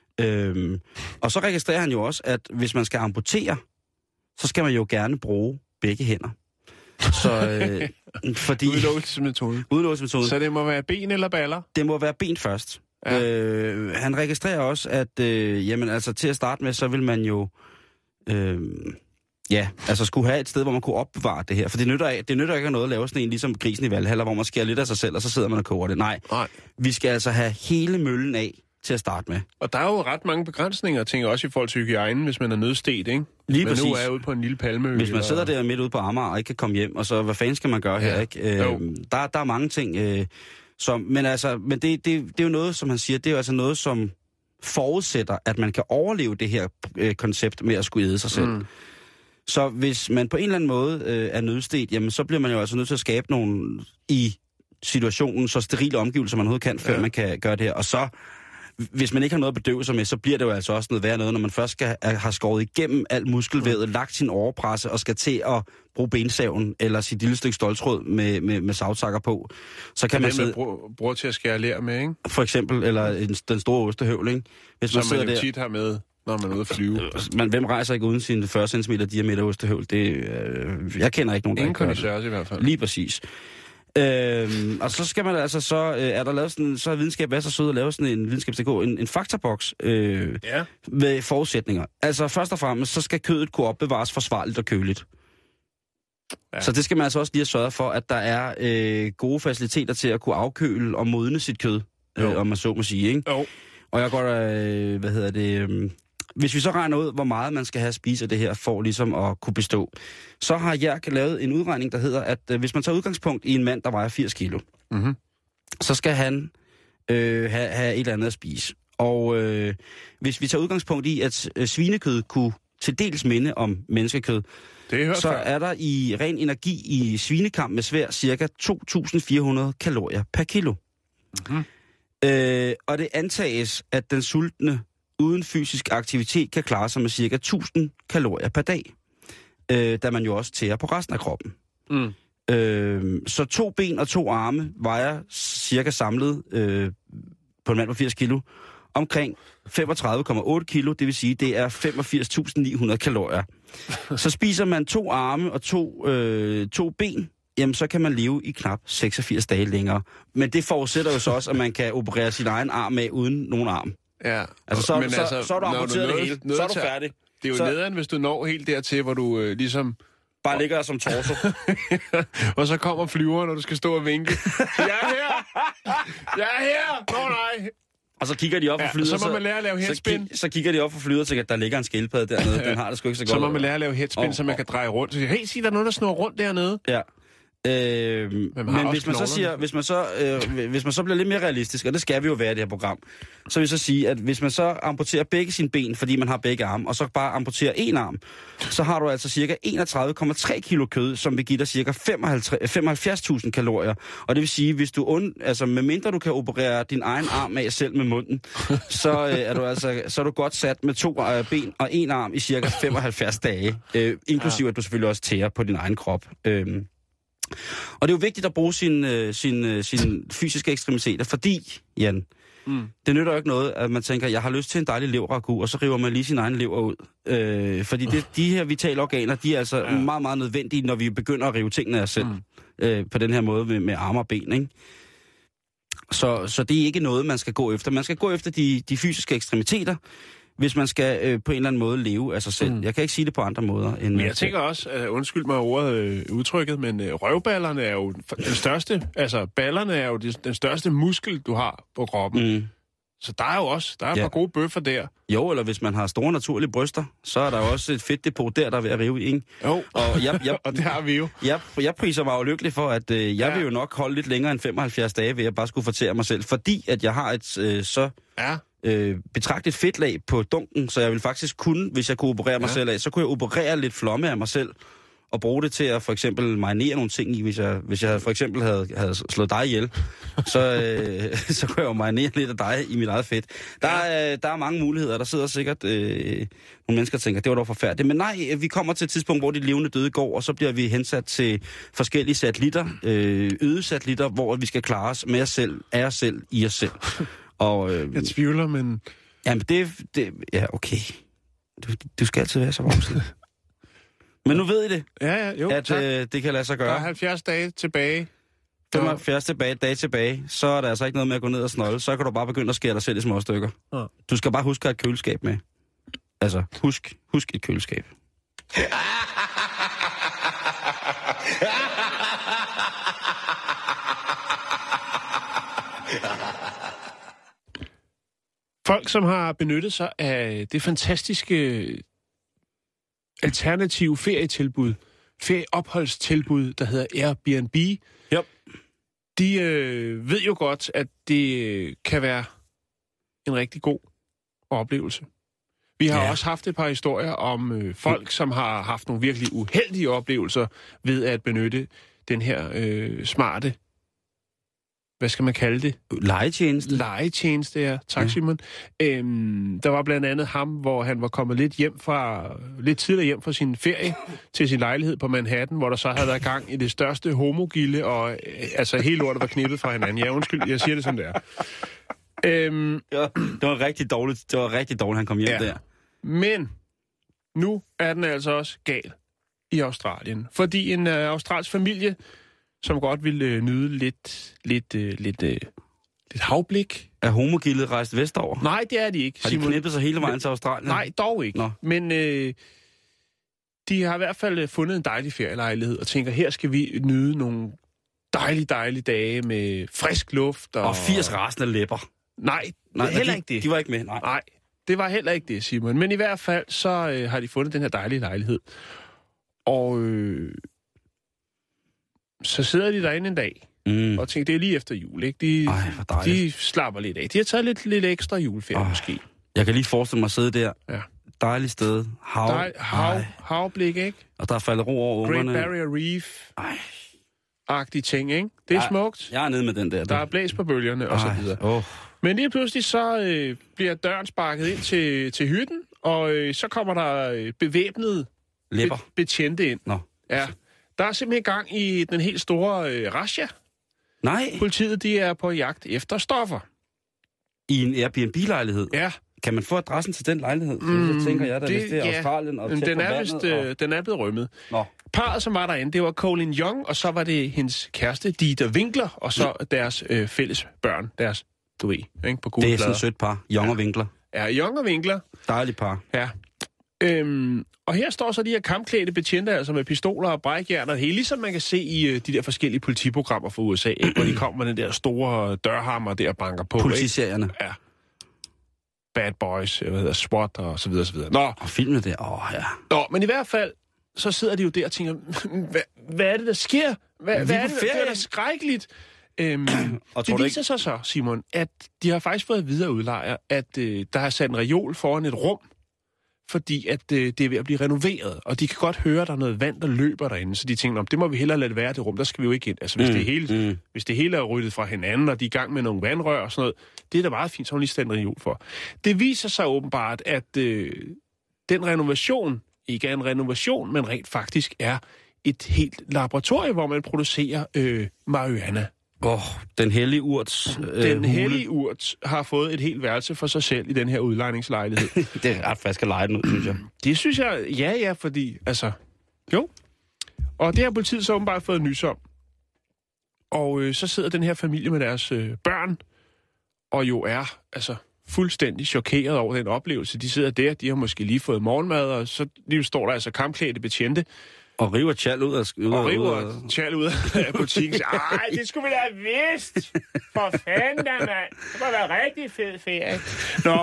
Øhm, og så registrerer han jo også, at hvis man skal amputere, så skal man jo gerne bruge begge hænder. Så, øh, fordi... Udlåselsesmetode. Udlåselsesmetode. Så det må være ben eller baller? Det må være ben først. Ja. Øh, han registrerer også, at øh, jamen, altså, til at starte med, så vil man jo øh, ja, altså skulle have et sted, hvor man kunne opbevare det her. For det nytter, det nytter ikke at noget at lave sådan en, ligesom Grisen i Valhalla, hvor man skærer lidt af sig selv, og så sidder man og koger det. Nej, Nej. Vi skal altså have hele møllen af til at starte med. Og der er jo ret mange begrænsninger, tænker også i forhold til hygiejnen, hvis man er nødstet, ikke? Lige men præcis. nu er jeg ude på en lille palmeø. Hvis man sidder og... der midt ude på Amager og ikke kan komme hjem, og så hvad fanden skal man gøre ja. her, ikke? Øh, der, der er mange ting... Øh, Som, men altså, men det, det, det er jo noget, som han siger, det er jo altså noget, som forudsætter, at man kan overleve det her øh, koncept med at skulle æde sig selv. Mm. Så hvis man på en eller anden måde øh, er nødstet, jamen så bliver man jo altså nødt til at skabe nogle i situationen så sterile omgivelser, man overhovedet kan, før ja. man kan gøre det her. Og så, hvis man ikke har noget at bedøve sig med, så bliver det jo altså også noget værd noget, når man først skal have skåret igennem alt muskelvævet, mm. lagt sin overpresse og skal til at bruge bensaven eller sit lille stykke ståltråd med, med, med savtakker på. Så kan man sidde... Bruger, bruger til at skære ler med, ikke? For eksempel, eller en, den store ostehøvl, ikke? Hvis Som man, man jo der, tit har med, når man er ude at flyve. Man, hvem rejser ikke uden sin fyrre centimeter diameter ostehøvl? Det, øh, jeg kender ikke nogen, der Ingen ikke gør det. Ingen i hvert fald. Lige præcis. Øhm, og så skal man altså så, øh, er der lavet sådan, så er videnskab været så sød at lave sådan en videnskabs.dk, en, en faktaboks øh, ja. med forudsætninger. Altså først og fremmest, så skal kødet kunne opbevares forsvarligt og køligt. Ja. Så det skal man altså også lige have sørget for, at der er øh, gode faciliteter til at kunne afkøle og modne sit kød, øh, om man så må sige, ikke? Jo. Og jeg går da, øh, hvad hedder det... Øh, Hvis vi så regner ud, hvor meget man skal have at spise af det her, for ligesom at kunne bestå, så har Jærk lavet en udregning, der hedder, at øh, hvis man tager udgangspunkt i en mand, der vejer firs kilo, mm-hmm. så skal han øh, have, have et eller andet at spise. Og øh, hvis vi tager udgangspunkt i, at øh, svinekød kunne til dels minde om menneskekød, det så er der i ren energi i svinekamp med svær cirka to tusind fire hundrede kalorier per kilo. Mm-hmm. Øh, og det antages, at den sultne uden fysisk aktivitet kan klare sig med cirka tusind kalorier per dag, øh, da man jo også tærer på resten af kroppen. Mm. Øh, så to ben og to arme vejer cirka samlet øh, på en mand på firs kilo omkring femogtredive komma otte kilo, det vil sige, det er femogfirs tusind ni hundrede kalorier. Så spiser man to arme og to, øh, to ben, jamen så kan man leve i knap seksogfirs dage længere. Men det forudsætter jo så også, at man kan operere sin egen arm med uden nogen arm. Ja, altså, så, men så, altså, så, så er du amputeret det hele. Så er du færdig. Det er jo så... nederen, hvis du når helt dertil, hvor du øh, ligesom... Bare ligger som torso. Og så kommer flyveren, når du skal stå og vinke. Jeg er her! Jeg er her! Nå nej! Og så kigger de op for flyet. Ja, så må man lære at lave headspin. Så, så kigger de op for flyet og tænker, at der ligger en skildpadde dernede. Ja. Den har det sgu ikke så godt. Så må man lære at lave headspin, oh, så man oh. kan dreje rundt. Så siger, hey, sig, der er noget, der snor rundt dernede. Ja. Øh, men hvis man så siger, hvis man så, øh, hvis man så bliver lidt mere realistisk, og det skal vi jo være i det her program, så vil jeg så sige, at hvis man så amputerer begge sine ben, fordi man har begge arme, og så bare amputerer en arm, så har du altså cirka enogtredive komma tre kilo kød, som vil give dig cirka femoghalvfjerds tusind kalorier. Og det vil sige, hvis du und, altså medmindre du kan operere din egen arm af selv med munden, så øh, er du altså så er du godt sat med to øh, ben og en arm i cirka femoghalvfjerds dage, øh, inklusive ja. at du selvfølgelig også tærer på din egen krop. Øh, Og det er jo vigtigt at bruge sine sin, sin fysiske ekstremiteter, fordi, Jan, mm. det nytter jo ikke noget, at man tænker, jeg har lyst til en dejlig leverragu, og så river man lige sin egen lever ud. Øh, fordi det, de her vitale organer, de er altså ja. meget, meget nødvendige, når vi begynder at rive tingene af os selv. Mm. Øh, på den her måde med, med arme og ben, ikke? Så, så det er ikke noget, man skal gå efter. Man skal gå efter de, de fysiske ekstremiteter, hvis man skal øh, på en eller anden måde leve af sig selv. Mm. Jeg kan ikke sige det på andre måder. End men jeg tænker også, uh, undskyld mig ordet øh, udtrykket, men øh, røvballerne er jo den største, altså ballerne er jo den største muskel, du har på kroppen. Mm. Så der er jo også, der er et ja. par gode bøffer der. Jo, eller hvis man har store naturlige bryster, så er der jo også et fedtdepot der, der er ved at rive i, ikke? Jo, og, jeg, jeg, og det har vi jo. Jeg, jeg priser mig jo lykkelig for, at øh, jeg ja. vil jo nok holde lidt længere end femoghalvfjerds dage, ved at bare skulle fortære mig selv, fordi at jeg har et øh, så ja. øh, betragtet fedtlag på dunken, så jeg vil faktisk kunne, hvis jeg kunne operere mig ja. selv af, så kunne jeg operere lidt flomme af mig selv, og bruge det til at for eksempel marinere nogle ting i, hvis jeg, hvis jeg for eksempel havde, havde slået dig ihjel, så, øh, så kunne jeg jo marinere lidt af dig i mit eget fedt. Der er, der er mange muligheder, der sidder sikkert øh, nogle mennesker, der tænker, det var dog forfærdeligt. Men nej, vi kommer til et tidspunkt, hvor de levende døde går, og så bliver vi hensat til forskellige satellitter, øh, øde satellitter, hvor vi skal klare os med os selv, af os selv, i os selv. Og, øh, jeg tvivler, men... Jamen det, det ja okay. Du, du skal altid være så voksen. Men nu ved I det, ja, ja, jo, at øh, det kan lade sig gøre. Der er halvfjerds dage tilbage. femoghalvfjerds tilbage, dage tilbage, så er der altså ikke noget med at gå ned og snolde. Så kan du bare begynde at skære dig selv i små stykker. Ja. Du skal bare huske at have et køleskab med. Altså, husk, husk et køleskab. Folk, som har benyttet sig af det fantastiske alternative ferietilbud, ferieopholdstilbud, der hedder Airbnb. Yep. De øh, ved jo godt, at det kan være en rigtig god oplevelse. Vi har ja. også haft et par historier om øh, folk, som har haft nogle virkelig uheldige oplevelser ved at benytte den her øh, smarte, hvad skal man kalde det? Legetjeneste. Legetjeneste, ja. Tak, ja. Simon. Øhm, der var blandt andet ham, hvor han var kommet lidt hjem fra, lidt tidligere hjem fra sin ferie til sin lejlighed på Manhattan, hvor der så havde været gang i det største homogilde, og øh, altså hele lortet var knippet fra hinanden. Ja, undskyld, jeg siger det som det er. Øhm, ja, det var rigtig dårligt, det var rigtig dårligt, han kom hjem ja. der. Men nu er den altså også gal i Australien, fordi en øh, australsk familie, som godt ville øh, nyde lidt, lidt, øh, lidt, øh, lidt havblik. Er homogildet rejst vestover? Nej, det er de ikke. Har de Simon. knippet sig hele vejen til Australien? Nej, dog ikke. Nå. Men øh, de har i hvert fald fundet en dejlig ferielejlighed og tænker, her skal vi nyde nogle dejlige, dejlige dage med frisk luft. Og, og firs rasende læpper. Nej, nej heller de, ikke det. De var ikke med, nej. Nej, det var heller ikke det, Simon. Men i hvert fald, så øh, har de fundet den her dejlige lejlighed. Og... Øh, så sidder de derinde en dag, mm. og tænker, det er lige efter jul, ikke? De, Ej, de slapper lidt af. De har taget lidt, lidt ekstra juleferie, Ej. måske. Jeg kan lige forestille mig at sidde der. Ja. Dejligt sted. Hav. Dej, hav havblik, ikke? Og der er faldet ro over ungerne. Great Barrier Reef-agtige ting, ikke? Det er Ej, smukt. Jeg er nede med den der. Der er blæs på bølgerne, og så videre. Oh. Men lige pludselig så øh, bliver døren sparket ind til, til hytten, og øh, så kommer der øh, bevæbnede be, betjente ind. Nå. Ja. Der er simpelthen gang i den helt store øh, razzia. Nej. Politiet, de er på jagt efter stoffer. I en Airbnb-lejlighed? Ja. Kan man få adressen til den lejlighed? Mm, så tænker jeg, da, det, hvis det er ja. Australien og tæt den på er vandet. Vist, øh, og... Den er blevet rømmet. Nå. Parret, som var derinde, det var Colin Young, og så var det hendes kæreste, Dieter Winkler, og så mm. deres øh, fælles børn. Deres, du ved, ikke, på gule det er sådan et sødt par. Young ja. og Winkler. Ja, Young og Winkler. Dejligt par. Ja. Øhm, og her står så de her kampklædte betjente, altså med pistoler og brækjern og hele, ligesom man kan se i øh, de der forskellige politiprogrammer fra U S A, ikke? Hvor de kommer med den der store dørhammer der og banker på. Politiserierne. Ikke? Ja. Bad Boys, hvad hedder SWAT og så videre, så videre. Nå. Og filmene der, åh oh, ja. Nå, men i hvert fald, så sidder de jo der og tænker, hvad, hvad er det, der sker? Hvad, hvad er det, der er skrækkeligt? Øhm, og det viser ikke... sig så, Simon, at de har faktisk fået videre udlejer, at øh, der har sat en reol foran et rum, fordi at øh, det er ved at blive renoveret, og de kan godt høre, at der er noget vand, der løber derinde, så de tænker, det må vi hellere lade det være, det rum, der skal vi jo ikke ind. Altså, hvis, mm, det, hele, mm. hvis det hele er ryddet fra hinanden, og de er i gang med nogle vandrør og sådan noget, det er da meget fint, så hun lige stændt en reol for. Det viser sig åbenbart, at øh, den renovation ikke er en renovation, men rent faktisk er et helt laboratorium, hvor man producerer øh, marihuana. Åh, oh, den hellige urt. Øh, Den hule. hellige urt har fået et helt værelse for sig selv i den her udlejningslejlighed. Det er ret frisk at lege den ud, synes jeg. Det synes jeg, ja, ja, fordi, altså, jo. Og det har politiet så åbenbart fået nys om. Og øh, så sidder den her familie med deres øh, børn, og jo er, altså, fuldstændig chokeret over den oplevelse. De sidder der, de har måske lige fået morgenmad, og så lige står der altså kampklædte betjente, Og river tjal ud af... Ud og af, river tjal ud af butikken. Ej, det skulle vi da have vidst! For fanden da, mand! Det må være rigtig fed ferie. Nå,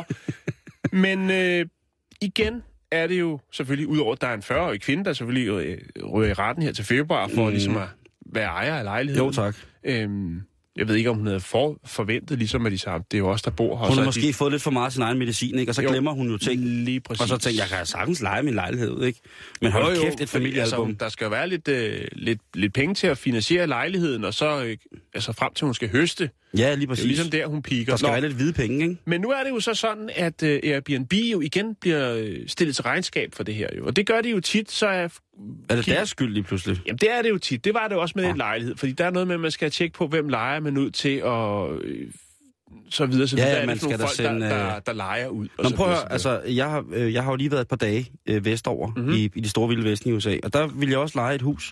men øh, igen er det jo selvfølgelig, udover at der er en fyrre-årig kvinde, der selvfølgelig øh, ryger i retten her til februar, for mm. ligesom at være ejer af lejligheden. Jo, tak. Øhm, jeg ved ikke, om hun havde for, forventet, ligesom at de sagde, det er jo os, der bor her. Hun har så måske de... fået lidt for meget af sin egen medicin, ikke? Og så jo, glemmer hun jo ting. Lige præcis. Og så tænker jeg, jeg kan sagtens lege min lejlighed ud, ikke? Men hold jo, jo, kæft, et familiealbum. Altså, der skal jo være lidt, øh, lidt, lidt penge til at finansiere lejligheden, og så øh, altså frem til, hun skal høste. Ja, lige præcis. Det er ligesom der, hun piker. Der skal Nå. være lidt hvide penge, ikke? Men nu er det jo så sådan, at uh, Airbnb jo igen bliver uh, stillet til regnskab for det her jo. Og det gør det jo tit, så er... Er det deres skyld lige pludselig? Jamen det er det jo tit. Det var det også med ja. den lejlighed. Fordi der er noget med, at man skal tjekke på, hvem lejer man ud til, og øh, så videre. Så ja, videre. Ja, man skal der folk, sende, der, der, øh... der lejer ud. Nå, prøv at høre, altså, jeg har, øh, jeg har jo lige været et par dage øh, vestover mm-hmm. i, i de store vilde vesten i U S A, og der ville jeg også leje et hus.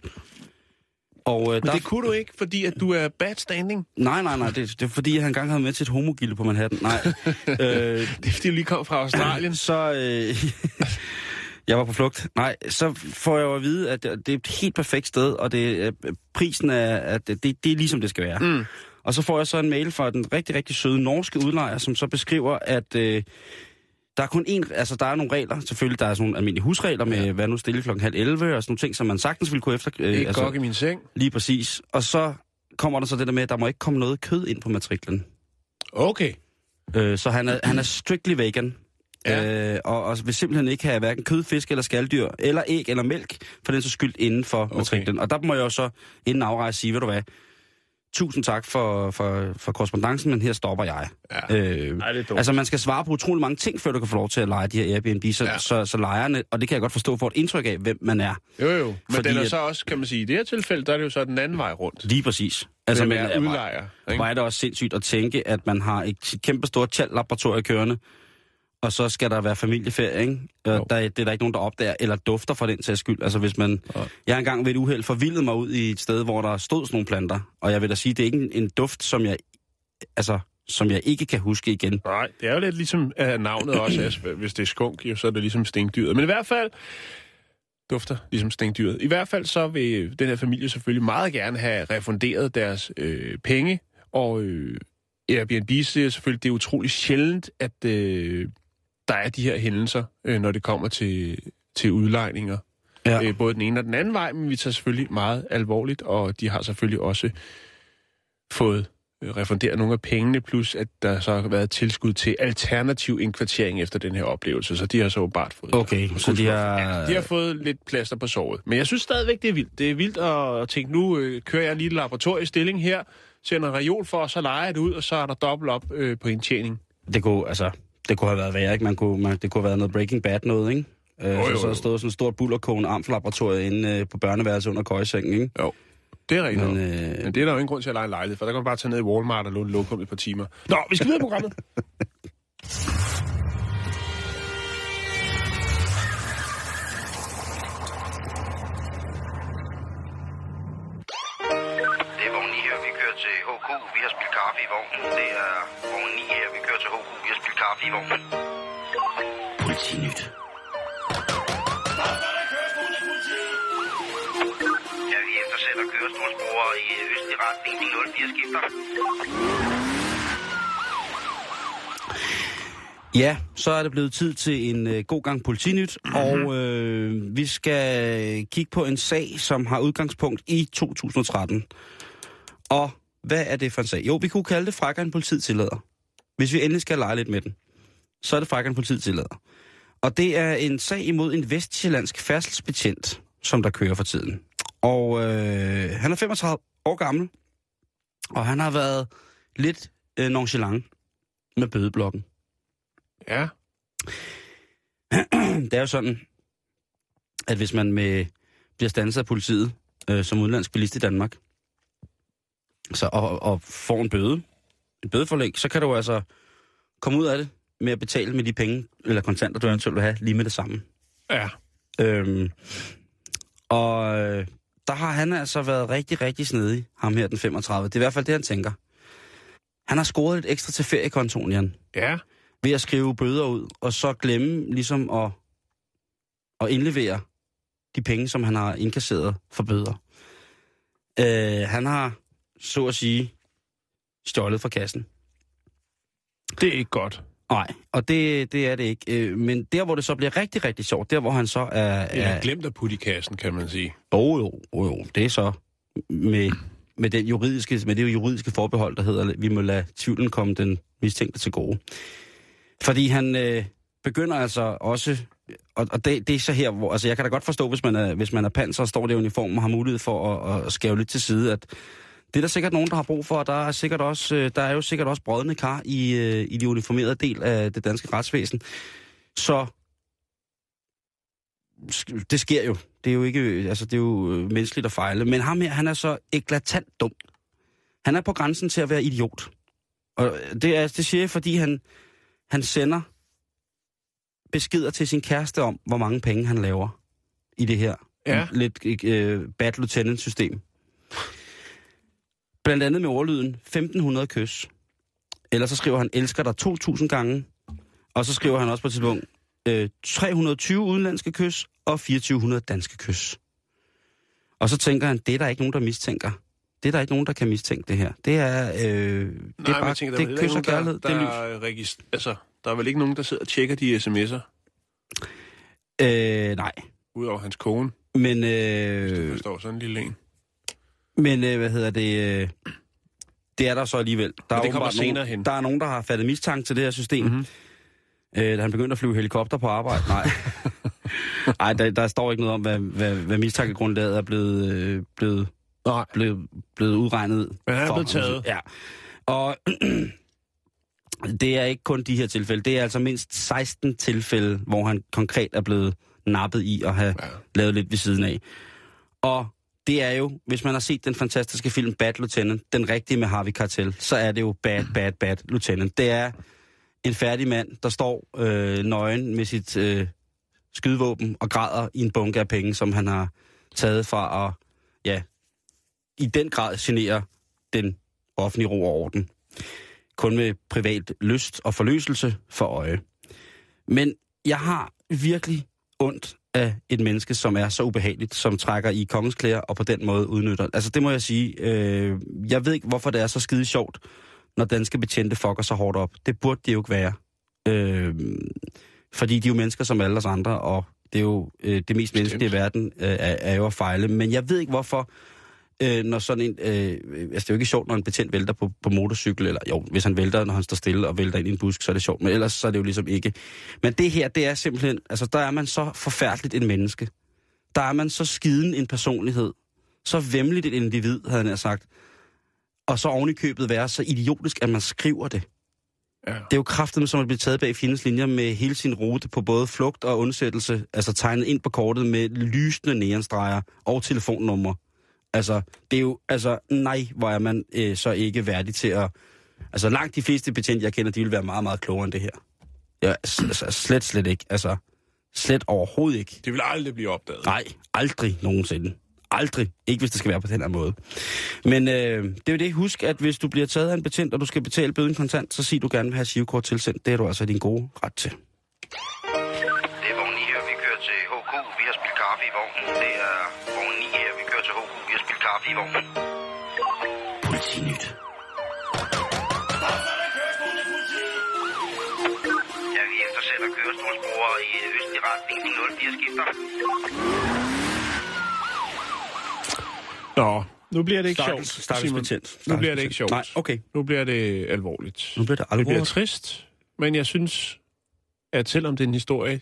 Og, øh, Men der... det kunne du ikke, fordi at du er bad standing? Nej, nej, nej, det, det er fordi, jeg engang havde med til et homogilde på Manhattan. Nej. øh, det er fordi, du lige kom fra Australien. Så... Øh, jeg var på flugt. Nej, så får jeg jo at vide, at det er et helt perfekt sted, og det, prisen er, at det, det er ligesom det skal være. Mm. Og så får jeg så en mail fra den rigtig, rigtig søde norske udlejer, som så beskriver, at øh, der er kun én, altså der er nogle regler, selvfølgelig der er sådan nogle almindelige husregler med, ja. hvad nu stille klokken halv elleve, og sådan nogle ting, som man sagtens ville kunne efter... Øh, ikke altså, gok i min seng. Lige præcis. Og så kommer der så det der med, at der må ikke komme noget kød ind på matriklen. Okay. Øh, så han er, han er strictly vegan. Ja. Øh, og, og vil simpelthen ikke have hverken kød, fisk eller skaldyr, eller æg eller mælk, for den så skyld inden for okay. matriklen. Og der må jeg jo så inden afrejse sige, ved du hvad, tusind tak for, for, for korrespondancen, men her stopper jeg. Ja. Øh, Ej, det er altså man skal svare på utrolig mange ting, før du kan få lov til at lege de her Airbnb, så, ja. så, så, så lejerne, og det kan jeg godt forstå, får et indtryk af, hvem man er. Jo jo, men fordi, den er at, så også, kan man sige, i det her tilfælde, der er det jo så den anden vej rundt. Lige præcis. Altså, man man er udlejer. Hvor er det også sindssygt at tænke, at man har et kæmpe stort tjal-laboratorie kørende, og så skal der være familieferie, ikke? Der, det er der ikke nogen, der opdager, eller dufter for den sags skyld. Altså hvis man... Jo. Jeg har engang ved et uheld forvildet mig ud i et sted, hvor der stod sådan nogle planter, og jeg vil da sige, det er ikke en, en duft, som jeg... Altså, som jeg ikke kan huske igen. Nej, det er jo lidt ligesom uh, navnet også, altså, hvis det er skunk, jo, så er det ligesom stinkdyret. Men i hvert fald dufter ligesom stinkdyret. I hvert fald så vil den her familie selvfølgelig meget gerne have refunderet deres øh, penge, og øh, Airbnb siger selvfølgelig, det er utroligt sjældent, at øh, der er de her hændelser, øh, når det kommer til, til udlejninger. Ja. Øh, både den ene og den anden vej, men vi tager selvfølgelig meget alvorligt, og de har selvfølgelig også fået refundere nogle af pengene, plus at der så har været tilskud til alternativ indkvartering efter den her oplevelse, så de har så bare fået... Okay, så de har... Ja, de har fået lidt plaster på såret. Men jeg synes stadigvæk, det er vildt. Det er vildt at tænke, nu øh, kører jeg lige et laboratoriestilling her, sender en reol for, og så leger jeg det ud, og så er der dobbelt op øh, på indtjening. Det kunne, altså, det kunne have været værre, ikke? Man kunne, man, det kunne have været noget Breaking Bad noget, ikke? Øh, jo, jo, jo. Så, så stod sådan et stort bullerkogende amflaboratorium inde øh, på børneværelset under køjesengen, ikke? Jo. Det er rigtigt. Men, øh... Men det er der jo ingen grund til at lege en lejlighed, for der kan man bare tage ned i Walmart og låne lokum et par timer. Nå, vi skal videre i programmet. Det er vogn ni her, vi kører til H Q. Vi har spillet kaffe i vognen. Det er vogn ni her, vi kører til H Q. Vi har spillet kaffe i vognen. Politinyt. Ja, vi eftersætter kørestolsbrugere i østlig retning. De nul fire skifter. Ja, så er det blevet tid til en øh, god gang Politinyt, mm-hmm. og øh, vi skal kigge på en sag, som har udgangspunkt i to tusind og tretten. Og hvad er det for en sag? Jo, vi kunne kalde det frækkere end politiet tillader. Hvis vi endelig skal lege lidt med den, så er det frækkere end politiet tillader. Og det er en sag imod en vestsjællandsk færdselsbetjent, som der kører for tiden. Og øh, han er femogtredive år gammel, og han har været lidt øh, nonchalant med bødeblokken. Ja. Det er jo sådan, at hvis man med, bliver standset af politiet øh, som udenlandsk bilist i Danmark, så, og, og får en bøde, en bødeforlæg, så kan du altså komme ud af det med at betale med de penge, eller kontanter, du eventuelt vil have, lige med det samme. Ja. Øhm, og øh, der har han altså været rigtig, rigtig snedig, ham her den femogtredive. Det er i hvert fald det, han tænker. Han har scoret lidt ekstra til feriekontoen, Jan. Ja. Ved at skrive bøder ud, og så glemme ligesom at, at indlevere de penge, som han har indkasseret for bøder. Øh, han har, så at sige, stjålet fra kassen. Det er ikke godt. Nej, og det, det er det ikke. Øh, men der, hvor det så bliver rigtig, rigtig sjovt, der, hvor han så er... er Eller glemt at putte i kassen, kan man sige. Oh, jo, oh, jo, det er så med, med, den juridiske, med det juridiske forbehold, der hedder, vi må lade tvivlen komme den mistænkte til gode. Fordi han øh, begynder altså også... Og, og det, det er så her, hvor... Altså, jeg kan da godt forstå, hvis man er, hvis man er panser og står der i uniform og har mulighed for at, at skæve lidt til side, at det er der sikkert nogen, der har brug for, og der er, sikkert også, der er jo sikkert også brodne kar i, i de uniformerede del af det danske retsvæsen. Så det sker jo. Det er jo ikke, altså det er jo menneskeligt at fejle. Men ham her, han er så eklatant dum. Han er på grænsen til at være idiot. Og det, er, det siger jeg, fordi han, han sender beskeder til sin kæreste om, hvor mange penge han laver i det her ja. lidt uh, bad lieutenant-system. Blandt andet med ordlyden femten hundrede kys. Eller så skriver han, elsker dig to tusind gange. Og så skriver han også på et tidspunkt, øh, tre hundrede og tyve udenlandske kys og to tusind fire hundrede danske kys. Og så tænker han, det er der ikke nogen, der mistænker. Det er der ikke nogen, der kan mistænke det her. Det er, øh, det Nej, er bare, tænker, det er kys og kærlighed, der, det er der er regist- altså, der er vel ikke nogen, der sidder og tjekker de sms'er? Øh, nej. Udover hans kone. Men, øh, Hvis du forstår sådan en lille en. Men, øh, hvad hedder det... Øh, det er der så alligevel. Der Men det er kommer senere nogen, hen. Der er nogen, der har fattet mistanke til det her system. Mm-hmm. Øh, da han begyndte at flyve helikopter på arbejde. Nej, Nej der, der står ikke noget om, hvad, hvad, hvad mistankegrundlaget er blevet, øh, blevet, Nej. blevet, blevet udregnet. Men han er for. blevet taget. Ja. Og det er ikke kun de her tilfælde. Det er altså mindst seksten tilfælde, hvor han konkret er blevet nappet i at have ja. lavet lidt ved siden af. Og det er jo, hvis man har set den fantastiske film Bad Lieutenant, den rigtige med Harvey Keitel, så er det jo Bad, Bad, Bad Lieutenant. Det er en færdig mand, der står øh, nøgen med sit øh, skydevåben og græder i en bunke af penge, som han har taget fra at, ja, i den grad genere den offentlige ro og orden. Kun med privat lyst og forløselse for øje. Men jeg har virkelig ondt af et menneske, som er så ubehageligt, som trækker i kongens klæder og på den måde udnytter. Altså det må jeg sige. Øh, jeg ved ikke, hvorfor det er så skide sjovt, når danske betjente fucker så hårdt op. Det burde det jo ikke være. Øh, fordi de er jo mennesker som alle os andre, og det er jo øh, det mest menneskelige i verden øh, er, er jo at fejle. Men jeg ved ikke, hvorfor, øh, når sådan en... Øh, altså det er jo ikke sjovt, når en betjent vælter på, på motorcykel, eller jo, hvis han vælter, når han står stille og vælter ind i en busk, så er det sjovt. Men ellers så er det jo ligesom ikke. Men det her, det er simpelthen... Altså der er man så forfærdeligt en menneske. Der er man så skiden en personlighed. Så væmmeligt et individ, havde han sagt. Og så oven i købet være så idiotisk, at man skriver det. Ja. Det er jo kraften, som at blive taget bag fjendens linjer med hele sin rute på både flugt og undsættelse, altså tegnet ind på kortet med lysende neonstreger og telefonnumre. Altså, det er jo, altså, nej, hvor er man øh, så ikke værdig til at... Altså, langt de fleste betjente, jeg kender, de vil være meget, meget klogere end det her. Ja, altså, slet, slet ikke. Altså, slet overhovedet ikke. Det vil aldrig blive opdaget. Nej, aldrig nogensinde. Aldrig. Ikke hvis det skal være på den her måde. Men øh, det er jo det. Husk, at hvis du bliver taget af en betjent, og du skal betale bøden kontant, så sig du gerne vil have girokort tilsendt. Det er du altså din gode ret til. Det er vogn ni her, vi kører til H K. Vi har spillet kaffe i vognen. Det er vogn ni her, vi kører til H K. Vi har spillet kaffe i vognen. Politinyt. Ja, vi eftersætter kørestolsbrugere i østlig retning. De nul fire skifter. Nå, nu bliver det ikke Stakkels, sjovt, stakkels Simon. betjent. Nu Stakkels bliver det ikke betjent. sjovt. Nej, okay. Nu bliver det alvorligt. Nu bliver det alvorligt. Det bliver trist, men jeg synes, at selvom det er en historie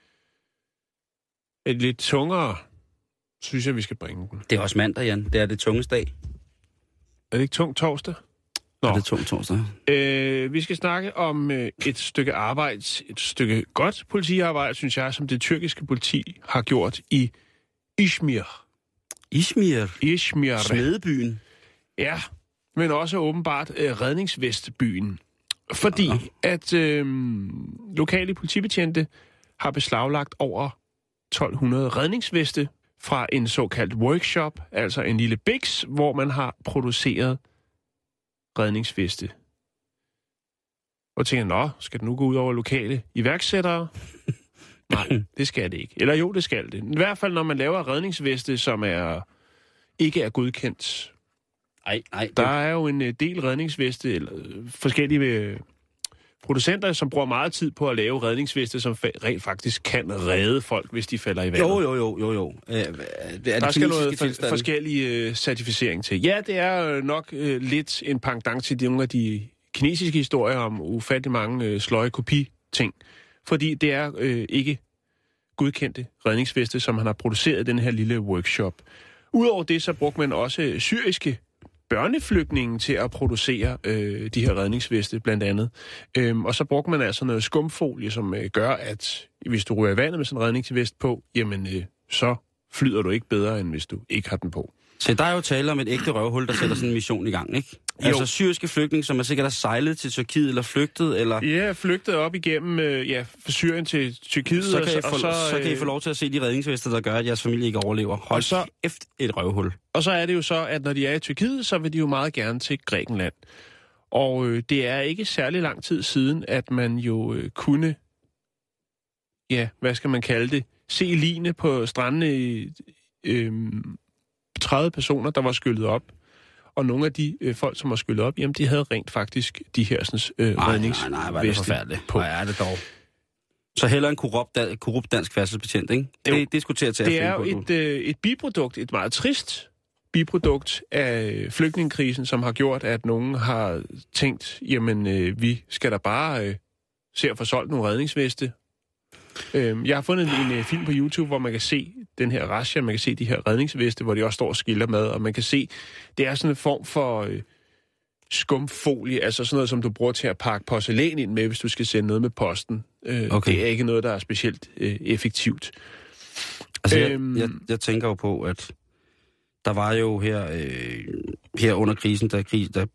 er lidt tungere, synes jeg, vi skal bringe den. Det er også mandag, Jan. Det er det tungeste dag. Er det ikke tung torsdag? Nå. Er det tung torsdag? Øh, vi skal snakke om øh, et stykke arbejde, et stykke godt politiarbejde, synes jeg, som det tyrkiske politi har gjort i Izmir. Izmir. Izmir. Smedebyen. Ja, men også åbenbart øh, redningsvestbyen. Fordi ja. at øh, lokale politibetjente har beslaglagt over tolv hundrede redningsveste fra en såkaldt workshop, altså en lille biks, hvor man har produceret redningsveste. Og tænker, nå, skal det nu gå ud over lokale iværksættere? Nej, det skal det ikke. Eller jo, det skal det. I hvert fald, når man laver redningsveste, som er ikke er godkendt. Ej, ej. Der er jo en del redningsveste, eller forskellige producenter, som bruger meget tid på at lave redningsveste, som rent faktisk kan redde folk, hvis de falder i vandet. Jo, jo, jo, jo, jo. Øh, er det der skal noget for, forskellige uh, certificering til. Ja, det er nok uh, lidt en pendant til nogle af de kinesiske historier om ufattelig mange uh, sløje kopi-ting. Fordi det er uh, ikke godkendte redningsveste, som han har produceret i den her lille workshop. Udover det, så brugte man også syriske børneflygtninge til at producere øh, de her redningsveste, blandt andet. Øhm, og så brugte man altså noget skumfolie, som øh, gør, at hvis du ryger i vandet med sådan en redningsvest på, jamen øh, så flyder du ikke bedre, end hvis du ikke har den på. Så der er jo tale om et ægte røvhul, der sætter sådan en mission i gang, ikke? Jo. Altså syriske flygtninge, som er sikkert er sejlet til Tyrkiet eller flygtet, eller... Ja, flygtet op igennem øh, ja, fra Syrien til Tyrkiet. Så kan, I få, og så, så kan I få lov til at se de redningsvester, der gør, at jeres familie ikke overlever. Hold så efter et røvhul. Og så er det jo så, at når de er i Tyrkiet, så vil de jo meget gerne til Grækenland. Og øh, det er ikke særlig lang tid siden, at man jo øh, kunne, ja, hvad skal man kalde det, se line på strandene i øh, tredive personer, der var skyllet op. Og nogle af de øh, folk, som var skyllet op, jamen de havde rent faktisk de her sådan, øh, redningsveste. Nej, nej, nej, var det forfærdeligt. Hvor er det dog. Så heller en korrupt, korrupt dansk færdselsbetjent, ikke? Det, det, det skulle til at tage. Det er jo et, øh, et biprodukt, et meget trist biprodukt af flygtningekrisen, som har gjort, at nogen har tænkt, jamen øh, vi skal da bare øh, se at få solgt nogle redningsveste. Øh, jeg har fundet en, en film på YouTube, hvor man kan se den her razzia, man kan se de her redningsveste, hvor de også står og skilter med, og man kan se, det er sådan en form for øh, skumfolie, altså sådan noget, som du bruger til at pakke porcelæn ind med, hvis du skal sende noget med posten. Øh, okay. Det er ikke noget, der er specielt øh, effektivt. Altså, øhm, jeg, jeg, jeg tænker jo på, at der var jo her, øh, her under krisen, der, krig, der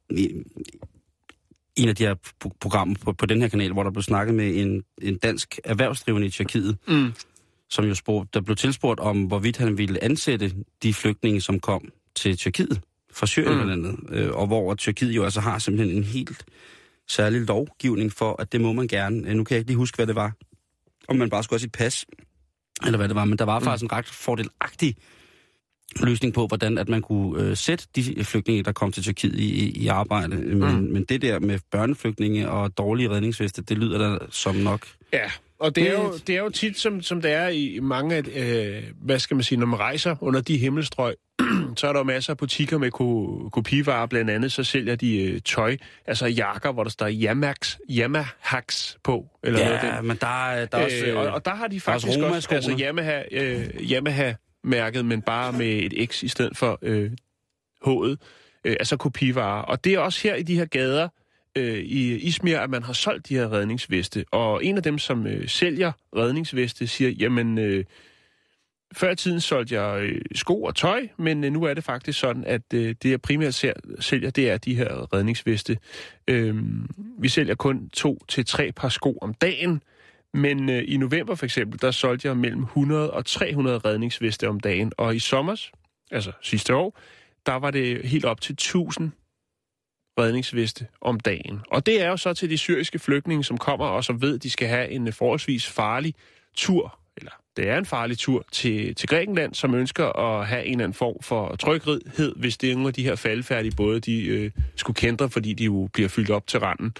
en af de her programmer på, på den her kanal, hvor der blev snakket med en, en dansk erhvervsdrivende i Tyrkiet, mm. som jo spurgte, der blev tilspurgt om, hvorvidt han ville ansætte de flygtninge, som kom til Tyrkiet, fra Syrien mm. blandt andet, øh, og hvor Tyrkiet jo altså har simpelthen en helt særlig lovgivning for, at det må man gerne. Nu kan jeg ikke lige huske, hvad det var. Om man bare skulle have sit pas, eller hvad det var, men der var mm. faktisk en ret fordelagtig løsning på, hvordan at man kunne øh, sætte de flygtninge, der kom til Tyrkiet i, i arbejde. Men, mm. men det der med børneflygtninge og dårlige redningsveste, det lyder da som nok... Ja, og det er jo, det er jo tit, som, som det er i mange af, øh, hvad skal man sige, når man rejser under de himmelstrøg, så er der jo masser af butikker med ko- kopivarer, blandt andet, så sælger de øh, tøj, altså jakker, hvor der står Yamax, Yamahaks på. Eller ja, noget af men der er, der er også... Øh, og, og der har de faktisk også, også altså Yamaha, øh, Yamaha mærket, men bare med et X i stedet for øh, H'et, øh, altså kopivarer. Og det er også her i de her gader øh, i Izmir, at man har solgt de her redningsveste. Og en af dem, som øh, sælger redningsveste, siger, jamen, øh, før i tiden solgte jeg øh, sko og tøj, men øh, nu er det faktisk sådan, at øh, det, jeg primært ser, sælger, det er de her redningsveste. Øh, vi sælger kun to til tre par sko om dagen, men øh, i november for eksempel, der solgte jeg mellem hundrede og tre hundrede redningsveste om dagen. Og i sommer, altså sidste år, der var det helt op til tusind redningsveste om dagen. Og det er jo så til de syriske flygtninge, som kommer og så ved, at de skal have en forholdsvis farlig tur, eller det er en farlig tur til, til Grækenland, som ønsker at have en eller anden form for tryghed, hvis det er nogle af de her faldfærdige både, de øh, skulle kendre, fordi de jo bliver fyldt op til randen.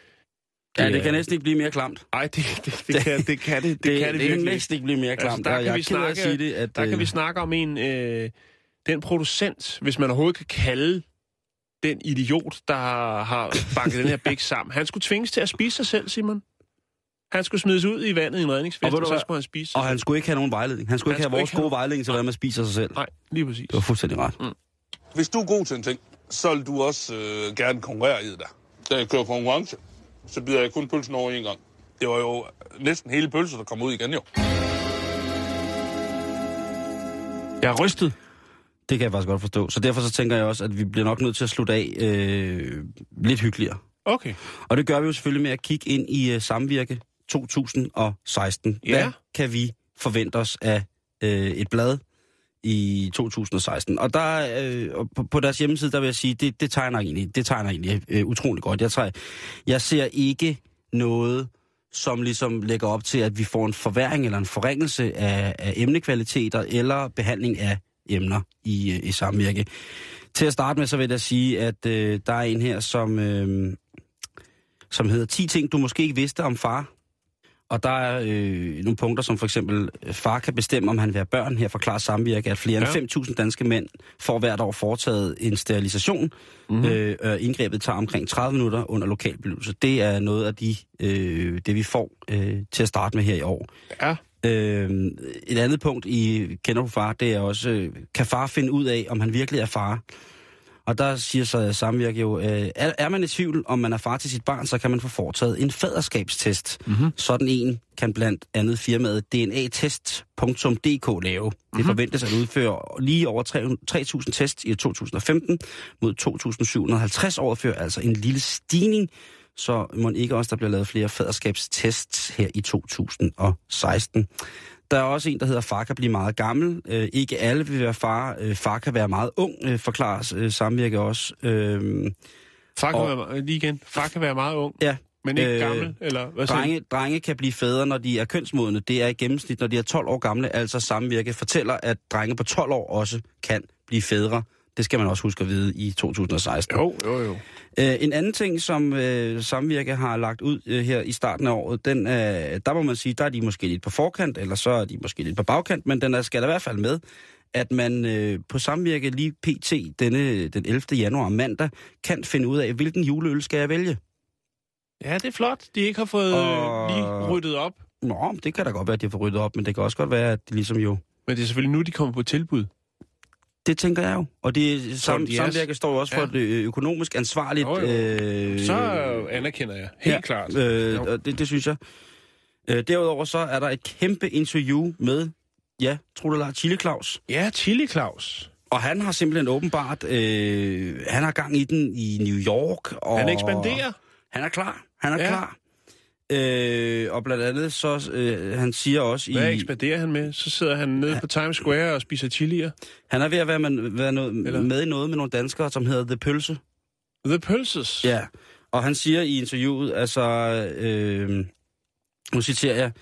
Ja, det kan næsten ikke blive mere klamt. Nej, det, det, det, kan, det kan det. Det, det kan det, det kan næsten ikke blive mere klamt. Altså, der kan, vi snakke, sige det, at, der kan vi snakke om en, øh, den producent, hvis man overhovedet kan kalde den idiot, der har banket den her bæk sammen. Han skulle tvinges til at spise sig selv, Simon. Han skulle smides ud i vandet i en redningsvest, og, og så skulle han spise sig Og selv. Han skulle ikke have nogen vejledning. Han skulle han ikke have vores gode have... vejledning til, hvordan man spiser sig selv. Nej, lige præcis. Det var fuldstændig ret. Mm. Hvis du er god til en ting, så vil du også øh, gerne konkurrere i det der. Da jeg kører konkurrence, så bider jeg kun pølsen over en gang. Det var jo næsten hele pølsen, der kom ud igen, jo. Jeg er rystet. Det kan jeg faktisk godt forstå. Så derfor så tænker jeg også, at vi bliver nok nødt til at slutte af øh, lidt hyggeligere. Okay. Og det gør vi jo selvfølgelig med at kigge ind i uh, Samvirke to tusind og seksten. Ja. Hvad kan vi forvente os af øh, et blad i to tusind og seksten? Og der øh, på, på deres hjemmeside, der vil jeg sige, det, det tegner egentlig, det tegner egentlig øh, utrolig godt. Jeg, tager, jeg ser ikke noget, som ligesom lægger op til, at vi får en forværing eller en forringelse af, af emnekvaliteter eller behandling af emner i, i Samvirke. Til at starte med, så vil jeg sige, at øh, der er en her, som, øh, som hedder ti ting, du måske ikke vidste om far. Og der er øh, nogle punkter, som for eksempel, far kan bestemme, om han vil have børn. Her forklarer Samvirke, at flere ja. end fem tusind danske mænd får hvert år foretaget en sterilisation. Mm-hmm. Øh, og indgrebet tager omkring tredive minutter under lokalbelydelse. Det er noget af de, øh, det, vi får øh, til at starte med her i år. Ja. Øh, et andet punkt i Kender du far, det er også, øh, kan far finde ud af, om han virkelig er far? Og der siger så Samvirke jo, øh, er, er man i tvivl, om man er far til sit barn, så kan man få foretaget en faderskabstest. Mm-hmm. Sådan en kan blandt andet firmaet d n a test punktum d k lave. Mm-hmm. Det forventes at udføre lige over tre tusind tests i to tusind og femten mod to tusind syv hundrede og halvtreds året før, altså en lille stigning. Så må ikke også, der bliver lavet flere faderskabstests her i to tusind og seksten. Der er også en, der hedder far kan blive meget gammel. Øh, ikke alle vil være far. Øh, far kan være meget ung, øh, forklares øh, Samvirke også. Øh, far kan og, være, lige igen, far kan være meget ung, ja, men ikke øh, gammel, eller hvad siger drenge, drenge kan blive fædre, når de er kønsmodne. Det er i gennemsnit, når de er tolv år gamle. Altså Samvirke fortæller, at drenge på tolv år også kan blive fædre. Det skal man også huske at vide i to tusind og seksten. Jo, jo, jo. Øh, en anden ting, som øh, Samvirke har lagt ud øh, her i starten af året, den, øh, der må man sige, der er de måske lidt på forkant, eller så er de måske lidt på bagkant, men den er, skal der i hvert fald med, at man øh, på Samvirke lige pt. Denne, den ellevte januar mandag kan finde ud af, hvilken juleøl skal jeg vælge. Ja, det er flot. De ikke har fået og... lige ryddet op. Nå, det kan da godt være, at de har fået ryddet op, men det kan også godt være, at de ligesom jo... Men det er selvfølgelig nu, de kommer på tilbud. Det tænker jeg jo. Og det sam, Samvirke står jo også ja. for et økonomisk ansvarligt... Jo, jo. Øh, så anerkender jeg. Helt ja, klart. Øh, og det, det synes jeg. Øh, derudover så er der et kæmpe interview med, ja, Trudelar Chili Claus. Ja, Chili Claus. Og han har simpelthen åbenbart... Øh, han har gang i den i New York. Og han ekspanderer. Han er klar. Han er ja. klar. Øh, og blandt andet så, øh, han siger også Hvad i... Hvad ekspanderer han med? Så sidder han nede han, på Times Square og spiser chilier. Han er ved at være, med, være noget, med i noget med nogle danskere, som hedder The Pølse. The Pølses? Ja, og han siger i interviewet, altså... Øh, nu citerer jeg...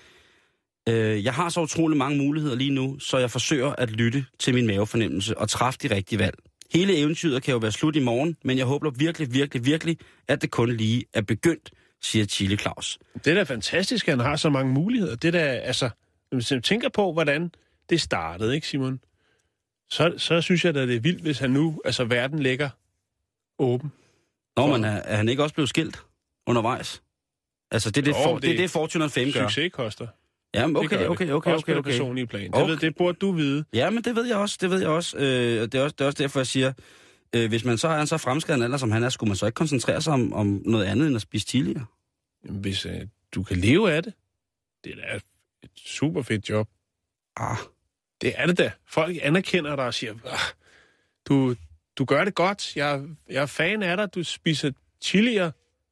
Øh, jeg har så utrolig mange muligheder lige nu, så jeg forsøger at lytte til min mavefornemmelse og træffe de rigtige valg. Hele eventyret kan jo være slut i morgen, men jeg håber virkelig, virkelig, virkelig, at det kun lige er begyndt, siger Chili Claus. Det er da fantastisk, at han har så mange muligheder. Det er da, altså, hvis man tænker på, hvordan det startede, ikke Simon? Så, så synes jeg da, det er vildt, hvis han nu, altså verden ligger åben. Nå, men er, er han ikke også blevet skilt undervejs? Altså, det er det, jo, for, det, det, det Fortune og Fame gør. Succes koster. Jamen, okay, okay, okay, okay. Også på det personlige plan. Det, okay. ved, det burde du vide. Ja, men det ved jeg også, det ved jeg også. Øh, det, er også det er også derfor, jeg siger, øh, hvis man så er en så fremskreden alder, som han er, skulle man så ikke koncentrere sig om, om noget andet end at spise chilier? Jamen, hvis øh, du kan leve af det, det er da et super fedt job. Ah. Det er det da. Folk anerkender dig og siger, ah, du, du gør det godt, jeg, jeg er fan af dig, du spiser chilier.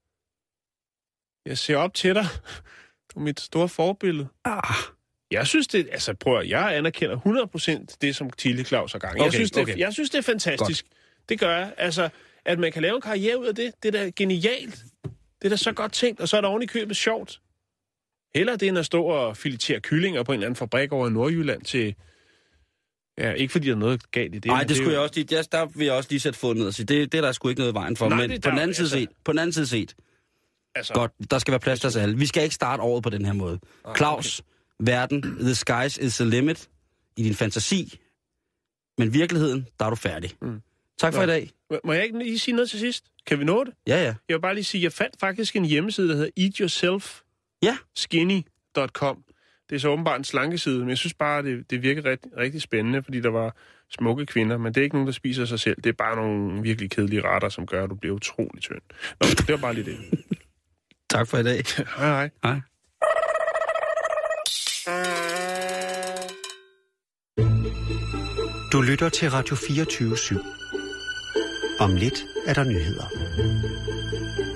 Jeg ser op til dig. Du er mit store forbillede. Ah. Jeg synes det, altså prøv at, jeg anerkender hundrede procent det, som Chili Claus har gang. Okay, jeg, synes, det, okay. jeg synes, det er fantastisk. Godt. Det gør jeg. Altså, at man kan lave en karriere ud af det, det er da genialt. Det er da så godt tænkt, og så er der oven i købet sjovt. Hellere det, end at stå og filetere kyllinger på en eller anden fabrik over i Nordjylland til... Ja, ikke fordi der er noget galt i det. Nej, det, det skulle jo... jeg også lige... Der, der vil jeg også lige sætte foden ned og sige, det, det er der sgu ikke noget i vejen for. Nej, men på den anden side altså... set, på den anden side set, altså... godt, der skal være plads til os alle. Vi skal ikke starte året på den her måde. Ah, Claus, okay. Verden, the skies is the limit i din fantasi, men virkeligheden, der er du færdig. Mm. Tak for Nå. i dag. Må jeg ikke lige sige noget til sidst? Kan vi nå det? Ja, ja. Jeg vil bare lige sige, jeg fandt faktisk en hjemmeside, der hedder eat yourself skinny punktum com. Det er så åbenbart en slankeside, men jeg synes bare, det, det virker ret, rigtig spændende, fordi der var smukke kvinder, men det er ikke nogen, der spiser sig selv. Det er bare nogle virkelig kedelige retter, som gør, at du bliver utrolig tynd. Nå, det var bare lige det. Tak for i dag. Hej, hej. Hej. Du lytter til Radio fireogtyve syv. Om lidt er der nyheder.